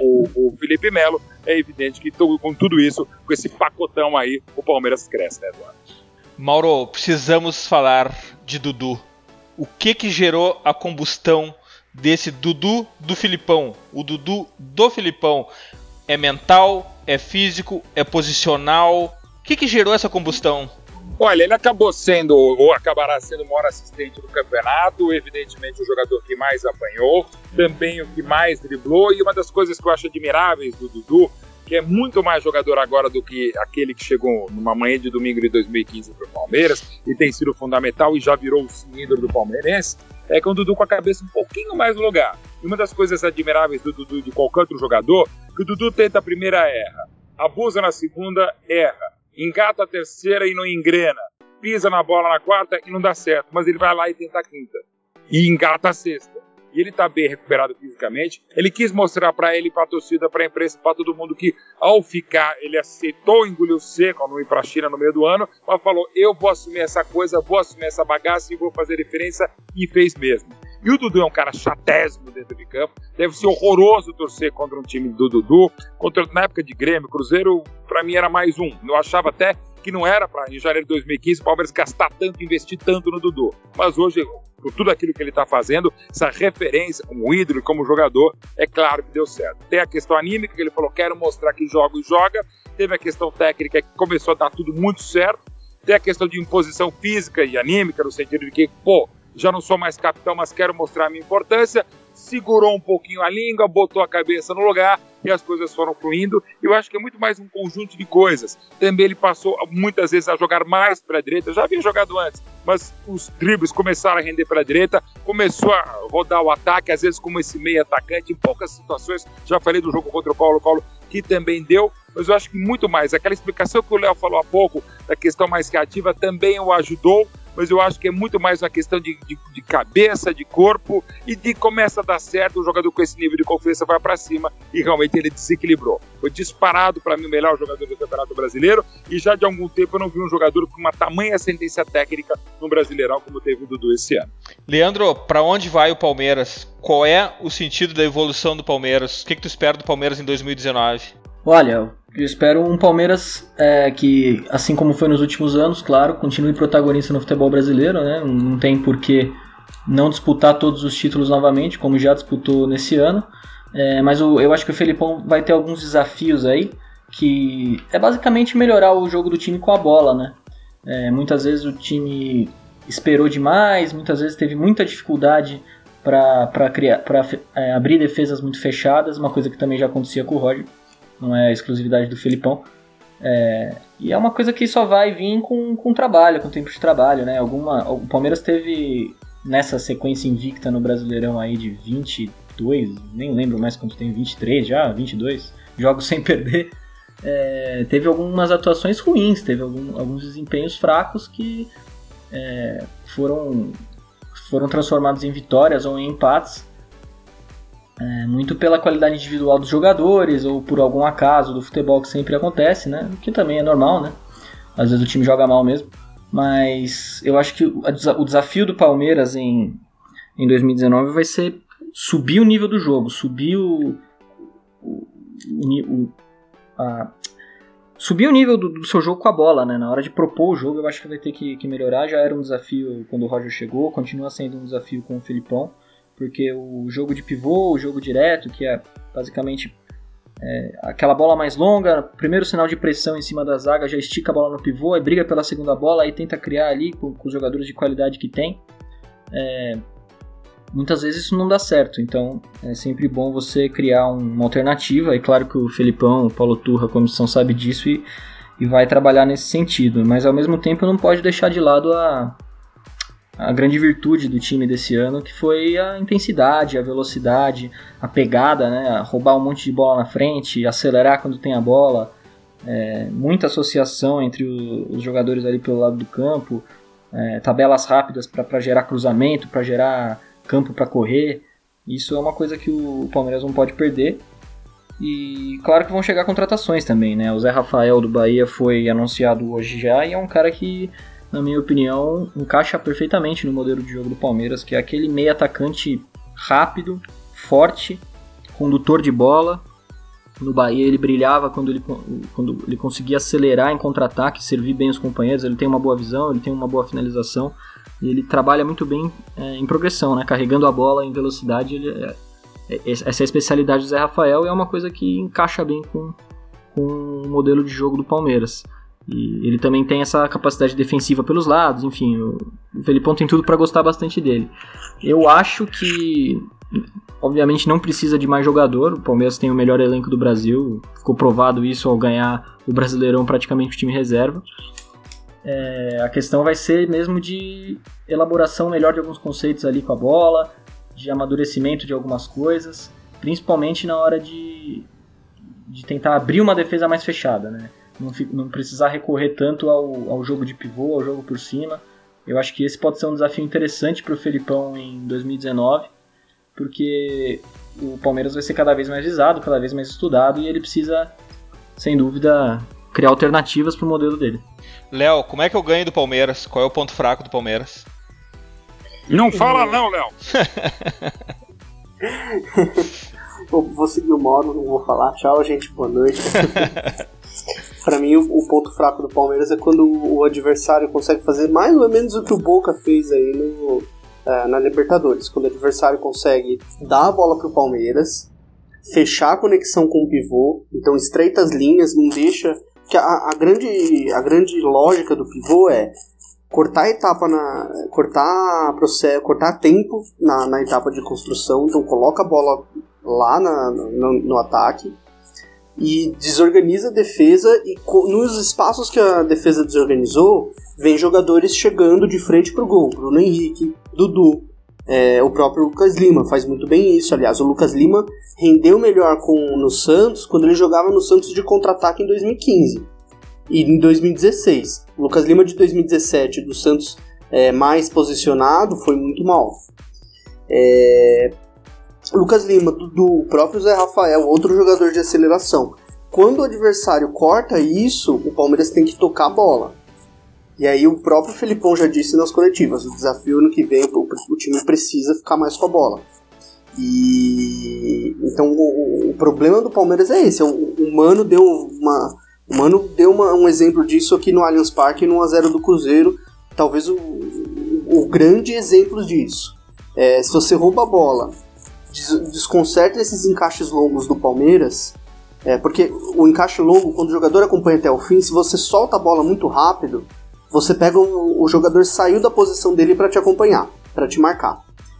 o Felipe Melo. É evidente que com tudo isso, com esse pacotão aí, o Palmeiras cresce, né, Eduardo? Mauro, precisamos falar de Dudu. O que gerou a combustão desse Dudu do Filipão? O Dudu do Filipão é mental, é físico, é posicional? O que gerou essa combustão? Olha, ele acabou sendo, ou acabará sendo o maior assistente do campeonato, evidentemente o jogador que mais apanhou, também o que mais driblou, e uma das coisas que eu acho admiráveis do Dudu, que é muito mais jogador agora do que aquele que chegou numa manhã de domingo de 2015 para o Palmeiras, e tem sido fundamental e já virou o ídolo do palmeirense, é com o Dudu com a cabeça um pouquinho mais no lugar. E uma das coisas admiráveis do Dudu e de qualquer outro jogador, que o Dudu tenta a primeira, erra, abusa na segunda, erra, engata a terceira e não engrena, pisa na bola na quarta e não dá certo, mas ele vai lá e tenta a quinta, e engata a sexta. E ele está bem recuperado fisicamente. Ele quis mostrar para ele, para a torcida, para a imprensa, para todo mundo que, ao ficar, ele aceitou engolir o seco ao não ir para a China no meio do ano, mas falou, eu vou assumir essa coisa, vou assumir essa bagaça e vou fazer diferença, e fez mesmo. E o Dudu é um cara chatésimo dentro de campo, deve ser horroroso torcer contra um time do Dudu, na época de Grêmio, Cruzeiro, para mim era mais um. Eu achava até que não era para, em janeiro de 2015, o Palmeiras gastar tanto, investir tanto no Dudu. Mas hoje, por tudo aquilo que ele está fazendo, essa referência como ídolo e como jogador, é claro que deu certo. Tem a questão anímica, que ele falou, quero mostrar que joga e joga. Teve a questão técnica, que começou a dar tudo muito certo. Tem a questão de imposição física e anímica, no sentido de que, já não sou mais capitão, mas quero mostrar a minha importância. Segurou um pouquinho a língua, botou a cabeça no lugar e as coisas foram fluindo. Eu acho que é muito mais um conjunto de coisas. Também ele passou muitas vezes a jogar mais para a direita. Eu já havia jogado antes, mas os dribles começaram a render para a direita, começou a rodar o ataque, às vezes como esse meio atacante, em poucas situações. Já falei do jogo contra o Colo-Colo, que também deu, mas eu acho que muito mais. Aquela explicação que o Léo falou há pouco, da questão mais criativa, também o ajudou. Mas eu acho que é muito mais uma questão de cabeça, de corpo, e de começa a dar certo, o jogador com esse nível de confiança vai para cima, e realmente ele desequilibrou. Foi disparado para mim o melhor jogador do Campeonato Brasileiro, e já de algum tempo eu não vi um jogador com uma tamanha ascendência técnica no Brasileirão como teve o Dudu esse ano. Leandro, para onde vai o Palmeiras? Qual é o sentido da evolução do Palmeiras? O que tu espera do Palmeiras em 2019? Olha, eu espero um Palmeiras que, assim como foi nos últimos anos, claro, continue protagonista no futebol brasileiro, né? Não tem por que não disputar todos os títulos novamente, como já disputou nesse ano. Mas eu acho que o Felipão vai ter alguns desafios aí, que é basicamente melhorar o jogo do time com a bola, né? Muitas vezes o time esperou demais, muitas vezes teve muita dificuldade para abrir defesas muito fechadas, uma coisa que também já acontecia com o Roger, não é a exclusividade do Felipão. E é uma coisa que só vai vir com trabalho, com tempo de trabalho, né? O Palmeiras teve, nessa sequência invicta no Brasileirão aí de 22, nem lembro mais quanto tem, 23 já, 22 jogos sem perder, teve algumas atuações ruins, teve alguns desempenhos fracos que foram transformados em vitórias ou em empates, muito pela qualidade individual dos jogadores ou por algum acaso do futebol que sempre acontece, né? Que também é normal, né? Às vezes o time joga mal mesmo. Mas eu acho que o desafio do Palmeiras em 2019 vai ser subir o nível do jogo, subir o nível do seu jogo com a bola, né? Na hora de propor o jogo, eu acho que vai ter que melhorar. Já era um desafio quando o Roger chegou, continua sendo um desafio com o Felipão, porque o jogo de pivô, o jogo direto, que é basicamente aquela bola mais longa, primeiro sinal de pressão em cima da zaga, já estica a bola no pivô, aí briga pela segunda bola, aí tenta criar ali com os jogadores de qualidade que tem. Muitas vezes isso não dá certo, então é sempre bom você criar uma alternativa, e claro que o Felipão, o Paulo Turra, a comissão sabe disso e vai trabalhar nesse sentido, mas ao mesmo tempo não pode deixar de lado a grande virtude do time desse ano, que foi a intensidade, a velocidade, a pegada, né? A roubar um monte de bola na frente, acelerar quando tem a bola, muita associação entre os jogadores ali pelo lado do campo, tabelas rápidas para gerar cruzamento, para gerar campo para correr. Isso é uma coisa que o Palmeiras não pode perder. E claro que vão chegar contratações também, né? O Zé Rafael do Bahia foi anunciado hoje já, e é um cara que, na minha opinião, encaixa perfeitamente no modelo de jogo do Palmeiras, que é aquele meio atacante rápido, forte, condutor de bola. No Bahia ele brilhava quando ele conseguia acelerar em contra-ataque, servir bem os companheiros. Ele tem uma boa visão, ele tem uma boa finalização, e ele trabalha muito bem em progressão, né? Carregando a bola em velocidade. Essa é a especialidade do Zé Rafael, e é uma coisa que encaixa bem com o modelo de jogo do Palmeiras. E ele também tem essa capacidade defensiva pelos lados, enfim, o Felipão tem tudo para gostar bastante dele. Eu acho que, obviamente, não precisa de mais jogador, o Palmeiras tem o melhor elenco do Brasil, ficou provado isso ao ganhar o Brasileirão praticamente com o time reserva. A questão vai ser mesmo de elaboração melhor de alguns conceitos ali com a bola, de amadurecimento de algumas coisas, principalmente na hora de tentar abrir uma defesa mais fechada, né? Não precisar recorrer tanto ao jogo de pivô, ao jogo por cima. Eu acho que esse pode ser um desafio interessante para o Felipão em 2019, porque o Palmeiras vai ser cada vez mais visado, cada vez mais estudado, e ele precisa, sem dúvida, criar alternativas para o modelo dele. Léo, como é que eu ganho do Palmeiras? Qual é o ponto fraco do Palmeiras? Não fala não, Léo. Vou seguir o modo, não vou falar. Tchau, gente, boa noite. Pra mim, o ponto fraco do Palmeiras é quando o adversário consegue fazer mais ou menos o que o Boca fez aí na Libertadores. Quando o adversário consegue dar a bola pro Palmeiras, fechar a conexão com o pivô, então estreita as linhas, não deixa... Que a grande lógica do pivô é cortar tempo na etapa de construção, então coloca a bola lá no ataque e desorganiza a defesa, e nos espaços que a defesa desorganizou, vem jogadores chegando de frente pro gol, Bruno Henrique, Dudu, o próprio Lucas Lima faz muito bem isso. Aliás, o Lucas Lima rendeu melhor no Santos quando ele jogava no Santos de contra-ataque em 2015 e em 2016. O Lucas Lima de 2017 do Santos mais posicionado foi muito mal. Lucas Lima, Dudu, o próprio Zé Rafael, outro jogador de aceleração. Quando o adversário corta isso, o Palmeiras tem que tocar a bola. E aí o próprio Felipão já disse nas coletivas, o desafio ano que vem, o time precisa ficar mais com a bola. E então o problema do Palmeiras é esse. O Mano deu um exemplo disso aqui no Allianz Parque, no 1-0 do Cruzeiro, talvez o grande exemplo disso. Se você rouba a bola, desconcerta esses encaixes longos do Palmeiras, porque o encaixe longo, quando o jogador acompanha até o fim, se você solta a bola muito rápido, você pega o jogador saiu da posição dele para te acompanhar, para te marcar.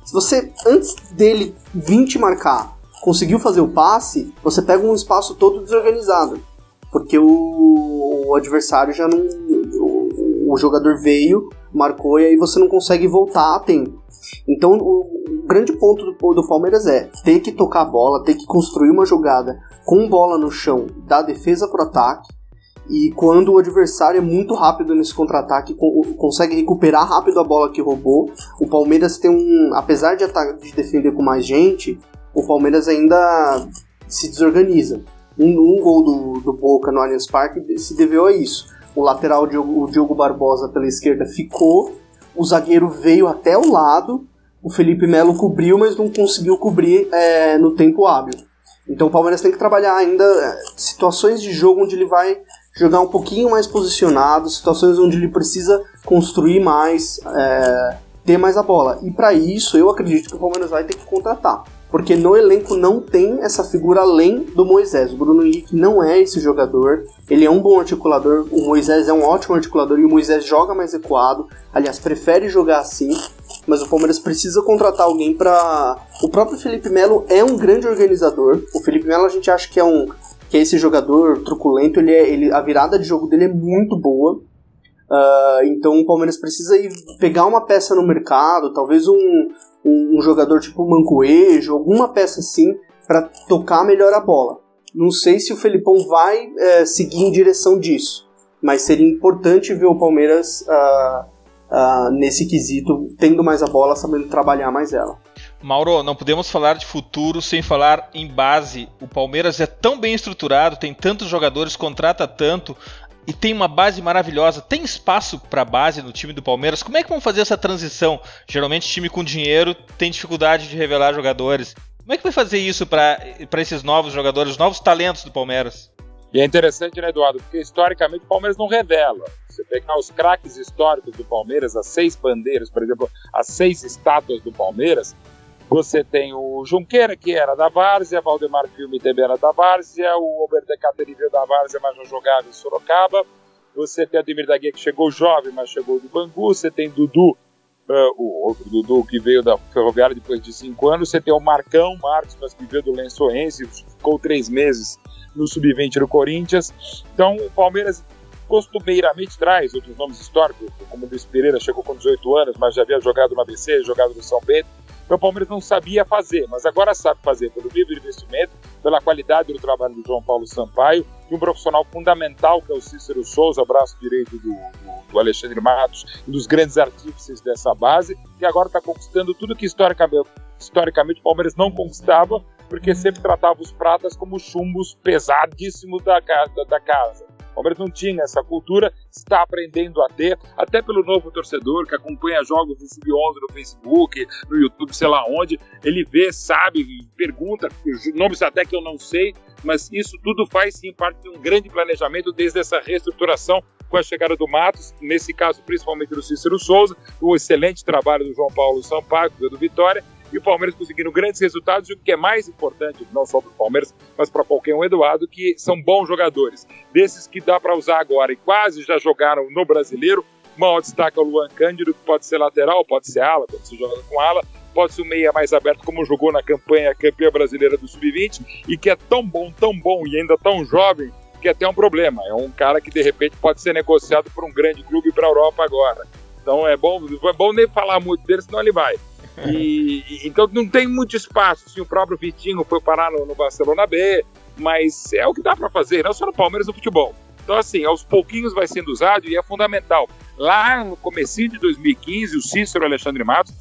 Se você, antes dele vir te marcar, conseguiu fazer o passe, você pega um espaço todo desorganizado. Porque o adversário já não... O jogador veio, marcou, e aí você não consegue voltar a tempo. Então, o grande ponto do Palmeiras é ter que tocar a bola, ter que construir uma jogada com bola no chão, da defesa pro ataque, e quando o adversário é muito rápido nesse contra-ataque, consegue recuperar rápido a bola que roubou. O Palmeiras tem apesar de defender com mais gente, o Palmeiras ainda se desorganiza. Um gol do Boca no Allianz Parque se deveu a isso. O lateral, o Diogo Barbosa, pela esquerda, ficou, o zagueiro veio até o lado, o Felipe Melo cobriu, mas não conseguiu cobrir no tempo hábil. Então o Palmeiras tem que trabalhar ainda situações de jogo onde ele vai jogar um pouquinho mais posicionado, situações onde ele precisa construir mais, ter mais a bola. E para isso, eu acredito que o Palmeiras vai ter que contratar. Porque no elenco não tem essa figura além do Moisés. O Bruno Henrique não é esse jogador. Ele é um bom articulador. O Moisés é um ótimo articulador e o Moisés joga mais recuado. Aliás, prefere jogar assim. Mas o Palmeiras precisa contratar alguém para... O próprio Felipe Melo é um grande organizador. O Felipe Melo a gente acha que é esse jogador truculento. A virada de jogo dele é muito boa. Então o Palmeiras precisa ir pegar uma peça no mercado, talvez um jogador tipo o Mancoejo, alguma peça assim, para tocar melhor a bola. Não sei se o Felipão vai seguir em direção disso, mas seria importante ver o Palmeiras nesse quesito, tendo mais a bola, sabendo trabalhar mais ela. Mauro, não podemos falar de futuro sem falar em base. O Palmeiras é tão bem estruturado, tem tantos jogadores, contrata tanto e tem uma base maravilhosa. Tem espaço para base no time do Palmeiras? Como é que vão fazer essa transição? Geralmente time com dinheiro tem dificuldade de revelar jogadores. Como é que vai fazer isso para esses novos jogadores, novos talentos do Palmeiras? E é interessante, né, Eduardo? Porque historicamente o Palmeiras não revela. Você pegar os craques históricos do Palmeiras, as 6 bandeiras, por exemplo, as 6 estátuas do Palmeiras, você tem o Junqueira, que era da Várzea, Valdemar Filme também era da Várzea, o Albert de Caterina da Várzea, mas não jogava em Sorocaba. Você tem o Ademir da Guia, que chegou jovem, mas chegou do Bangu. Você tem Dudu, o outro Dudu, que veio da Ferroviária depois de 5 anos. Você tem o Marcos, mas que veio do Lençoense, ficou 3 meses no Sub-20 do Corinthians. Então o Palmeiras costumeiramente traz outros nomes históricos, como o Luiz Pereira, chegou com 18 anos, mas já havia jogado no ABC, jogado no São Bento. Então o Palmeiras não sabia fazer, mas agora sabe fazer pelo nível de investimento, pela qualidade do trabalho do João Paulo Sampaio e um profissional fundamental que é o Cícero Souza, braço direito do Alexandre Matos, um dos grandes artífices dessa base, que agora está conquistando tudo que historicamente o Palmeiras não conquistava, porque sempre tratava os pratas como chumbos pesadíssimos da casa. O Palmeiras não tinha essa cultura, está aprendendo a ter, até pelo novo torcedor que acompanha jogos do Sub-11 no Facebook, no YouTube, sei lá onde, ele vê, sabe, pergunta, nomes até que eu não sei, mas isso tudo faz sim parte de um grande planejamento desde essa reestruturação com a chegada do Matos, nesse caso principalmente do Cícero Souza, o excelente trabalho do João Paulo Sampaio, do Vitória, e o Palmeiras conseguindo grandes resultados, e o que é mais importante, não só para o Palmeiras, mas para qualquer um, Eduardo, que são bons jogadores. Desses que dá para usar agora e quase já jogaram no Brasileiro, o maior destaque é o Luan Cândido, que pode ser lateral, pode ser ala, quando se joga com ala, pode ser um meia mais aberto, como jogou na campanha campeã brasileira do Sub-20, e que é tão bom e ainda tão jovem, que é até um problema. É um cara que, de repente, pode ser negociado por um grande clube para a Europa agora. Então é bom nem falar muito dele, senão ele vai. Então não tem muito espaço. Assim, o próprio Vitinho foi parar no Barcelona B, mas é o que dá para fazer, não só no Palmeiras, no futebol. Então assim, aos pouquinhos vai sendo usado e é fundamental. Lá no comecinho de 2015, o Cícero e o Alexandre Matos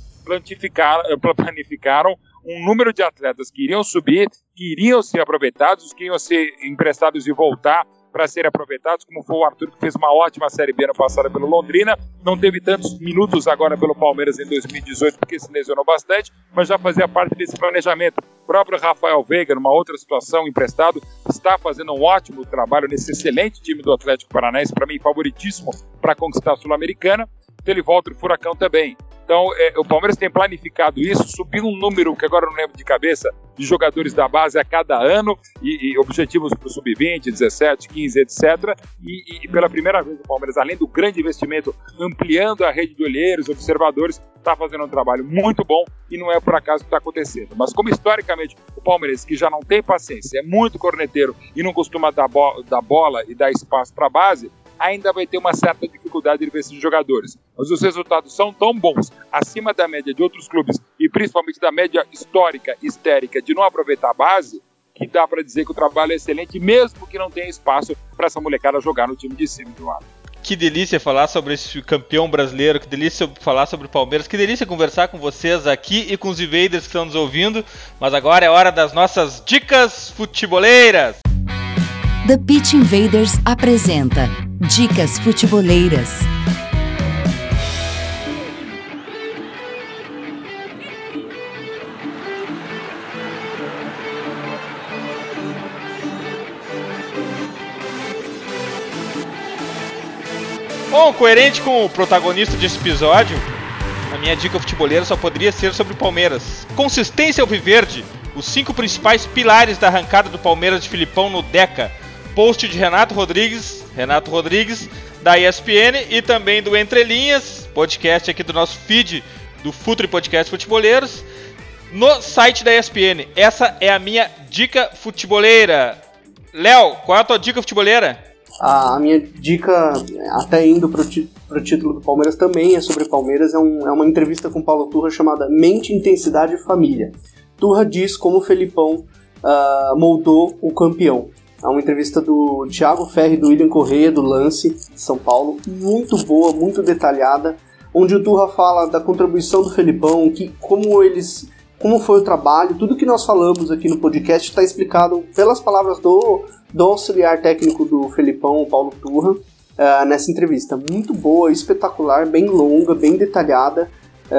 planificaram um número de atletas que iriam subir, que iriam ser aproveitados, que iriam ser emprestados e voltar para serem aproveitados, como foi o Arthur, que fez uma ótima Série B ano passado pelo Londrina, não teve tantos minutos agora pelo Palmeiras em 2018, porque se lesionou bastante, mas já fazia parte desse planejamento. O próprio Rafael Veiga, numa outra situação, emprestado, está fazendo um ótimo trabalho nesse excelente time do Atlético Paranaense, para mim favoritíssimo para conquistar a Sul-Americana. então ele volta pro Furacão também. Então, o Palmeiras tem planificado isso, subir um número, que agora eu não lembro de cabeça, de jogadores da base a cada ano, e objetivos para o Sub-20, 17, 15, etc. E pela primeira vez o Palmeiras, além do grande investimento, ampliando a rede de olheiros, observadores, está fazendo um trabalho muito bom, e não é por acaso que está acontecendo. Mas como historicamente o Palmeiras, que já não tem paciência, é muito corneteiro e não costuma dar bola e dar espaço para a base, ainda vai ter uma certa dificuldade de ver esses jogadores. Mas os resultados são tão bons, acima da média de outros clubes, e principalmente da média histórica, histérica, de não aproveitar a base, que dá para dizer que o trabalho é excelente, mesmo que não tenha espaço para essa molecada jogar no time de cima do lado. Que delícia falar sobre esse campeão brasileiro, que delícia falar sobre o Palmeiras, que delícia conversar com vocês aqui e com os invaders que estão nos ouvindo, mas agora é hora das nossas dicas futeboleiras. The Pitch Invaders apresenta Dicas Futeboleiras. Bom, coerente com o protagonista desse episódio, a minha dica futeboleira só poderia ser sobre o Palmeiras. Consistência alviverde, os 5 principais pilares da arrancada do Palmeiras de Filipão no Deca. Post de Renato Rodrigues, da ESPN e também do Entre Linhas, podcast aqui do nosso feed do Futre Podcast Futeboleiros, no site da ESPN. Essa é a minha dica futeboleira. Léo, qual é a tua dica futeboleira? A minha dica, até indo pro título do Palmeiras, também é sobre Palmeiras, é uma entrevista com Paulo Turra chamada Mente, Intensidade e Família. Turra diz como o Felipão moldou o campeão. É uma entrevista do Thiago Ferri e do William Correia, do Lance, de São Paulo, muito boa, muito detalhada, onde o Turra fala da contribuição do Felipão, como foi o trabalho, tudo que nós falamos aqui no podcast está explicado pelas palavras do auxiliar técnico do Felipão, Paulo Turra, nessa entrevista. Muito boa, espetacular, bem longa, bem detalhada,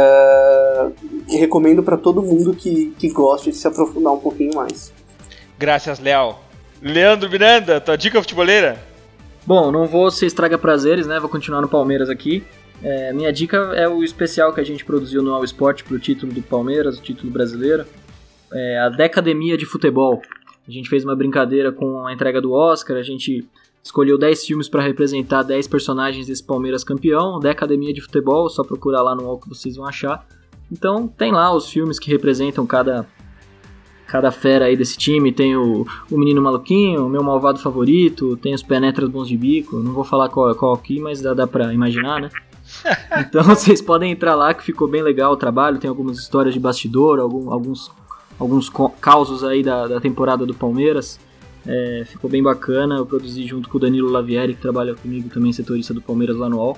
e recomendo para todo mundo que goste de se aprofundar um pouquinho mais. Graças, Léo. Leandro Miranda, tua dica futeboleira? Bom, não vou ser estraga prazeres, né? Vou continuar no Palmeiras aqui. Minha dica é o especial que a gente produziu no All Sport pro título do Palmeiras, o título brasileiro. A Decademia de Futebol. A gente fez uma brincadeira com a entrega do Oscar, a gente escolheu 10 filmes para representar 10 personagens desse Palmeiras campeão. Decademia de Futebol, só procurar lá no All que vocês vão achar. Então tem lá os filmes que representam cada fera aí desse time. Tem o Menino Maluquinho, o Meu Malvado Favorito, tem os Penetras Bons de Bico, não vou falar qual aqui, mas dá pra imaginar, né? Então vocês podem entrar lá que ficou bem legal o trabalho, tem algumas histórias de bastidor, alguns causos aí da temporada do Palmeiras, ficou bem bacana. Eu produzi junto com o Danilo Lavieri, que trabalha comigo também, setorista do Palmeiras lá no UOL,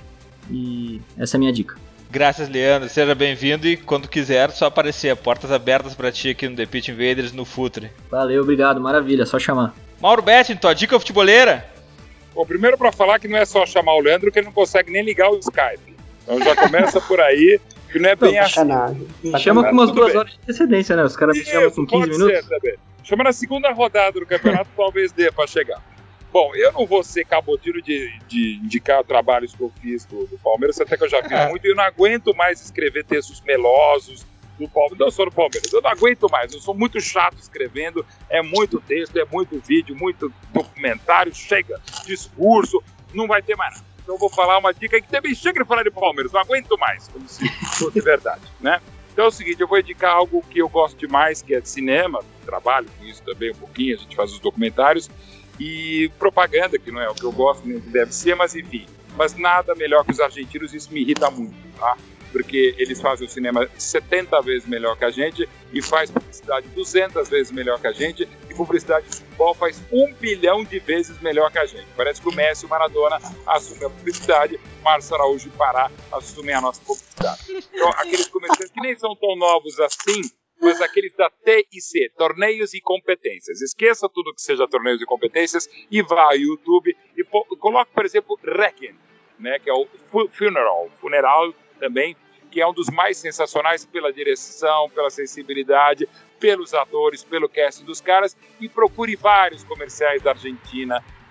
e essa é a minha dica. Graças, Leandro. Seja bem-vindo e quando quiser, só aparecer. Portas abertas pra ti aqui no The Pitch Invaders, no Futre. Valeu, obrigado. Maravilha, só chamar. Mauro Betting, tua dica futeboleira? Bom, primeiro pra falar que não é só chamar o Leandro, que ele não consegue nem ligar o Skype. Então já começa por aí, que não é bem assim. Chama com umas 2 horas de antecedência, né? Os caras me chamam com 15 minutos. Chama na segunda rodada do campeonato, talvez dê pra chegar. Bom, eu não vou ser cabotinho de indicar trabalhos que eu fiz do Palmeiras, até que eu já fiz muito, e eu não aguento mais escrever textos melosos do Palmeiras, não só do Palmeiras, eu não aguento mais, eu sou muito chato escrevendo, é muito texto, é muito vídeo, muito documentário, chega, discurso, não vai ter mais nada. Então eu vou falar uma dica que também chega de falar de Palmeiras, não aguento mais, como se fosse verdade, né? Então é o seguinte, eu vou indicar algo que eu gosto demais, que é de cinema, trabalho com isso também um pouquinho, a gente faz os documentários, e propaganda, que não é o que eu gosto, nem que deve ser, mas enfim. Mas nada melhor que os argentinos, isso me irrita muito, tá? Porque eles fazem o cinema 70 vezes melhor que a gente e faz publicidade 200 vezes melhor que a gente, e publicidade de futebol faz 1 bilhão de vezes melhor que a gente. Parece que o Messi e o Maradona assumem a publicidade, Márcio Araújo e Pará assumem a nossa publicidade. Então, aqueles comerciantes que nem são tão novos assim, mas aqueles da TIC, Torneios e Competências. Esqueça tudo que seja Torneios e Competências e vá ao YouTube e coloque, por exemplo, Requiem, né, que é o Funeral também, que é um dos mais sensacionais pela direção, pela sensibilidade, pelos atores, pelo casting dos caras, e procure vários comerciais da Argentina,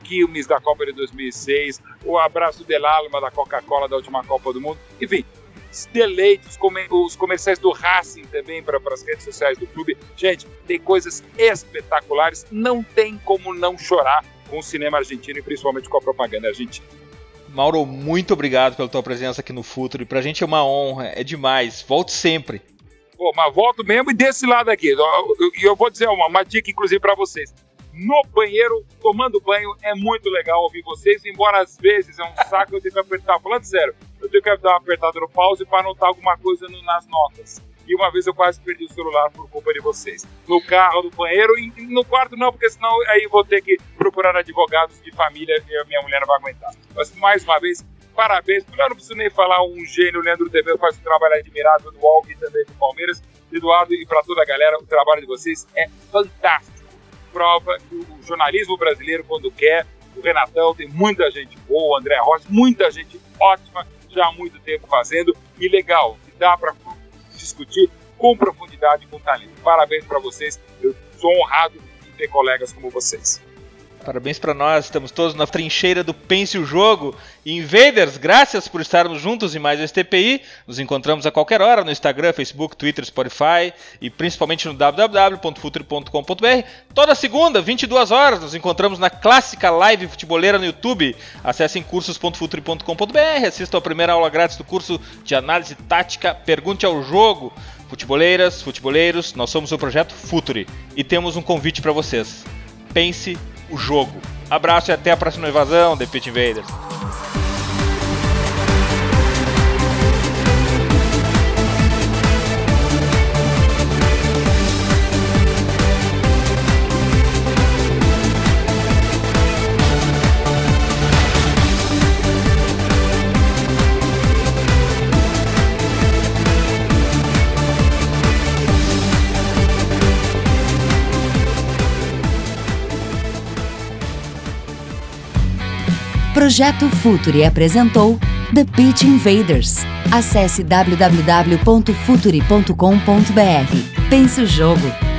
Quilmes da Copa de 2006, o abraço del alma da Coca-Cola da última Copa do Mundo. Enfim, deleite, os comerciais do Racing também para as redes sociais do clube. Gente, tem coisas espetaculares, não tem como não chorar com o cinema argentino e principalmente com a propaganda argentina. Mauro, muito obrigado pela tua presença aqui no Futuri. Pra gente é uma honra, é demais. Volte sempre. Pô, mas volto mesmo e desse lado aqui. E eu vou dizer uma dica, inclusive, para vocês. No banheiro, tomando banho, é muito legal ouvir vocês, embora às vezes é um saco eu tenho que apertar. Falando sério, eu tenho que dar uma apertada no pause para anotar alguma coisa nas notas. E uma vez eu quase perdi o celular por culpa de vocês. No carro, no banheiro, e no quarto não, porque senão aí vou ter que procurar advogados de família e a minha mulher não vai aguentar. Mas mais uma vez, parabéns. Eu não preciso nem falar, um gênio, o Leandro TV faz um trabalho admirável do UOL e também do Palmeiras. Eduardo, e para toda a galera, o trabalho de vocês é fantástico. Prova que o jornalismo brasileiro, quando quer, o Renatão, tem muita gente boa, o André Rocha, muita gente ótima, já há muito tempo fazendo, e legal, que dá para discutir com profundidade e com talento. Parabéns para vocês, eu sou honrado em ter colegas como vocês. Parabéns para nós, estamos todos na trincheira do Pense o Jogo. Invaders, graças por estarmos juntos em mais esse TPI. Nos encontramos a qualquer hora no Instagram, Facebook, Twitter, Spotify e principalmente no www.futuri.com.br. Toda segunda, 22 horas, nos encontramos na clássica live futeboleira no YouTube. Acessem cursos.futuri.com.br, assistam a primeira aula grátis do curso de análise tática Pergunte ao Jogo. Futeboleiras, futeboleiros, nós somos o Projeto Futuri e temos um convite para vocês. Pense o jogo. Abraço e até a próxima invasão, The Pitch Invaders. Projeto Futuri apresentou The Pitch Invaders. Acesse www.futuri.com.br. Pense o jogo.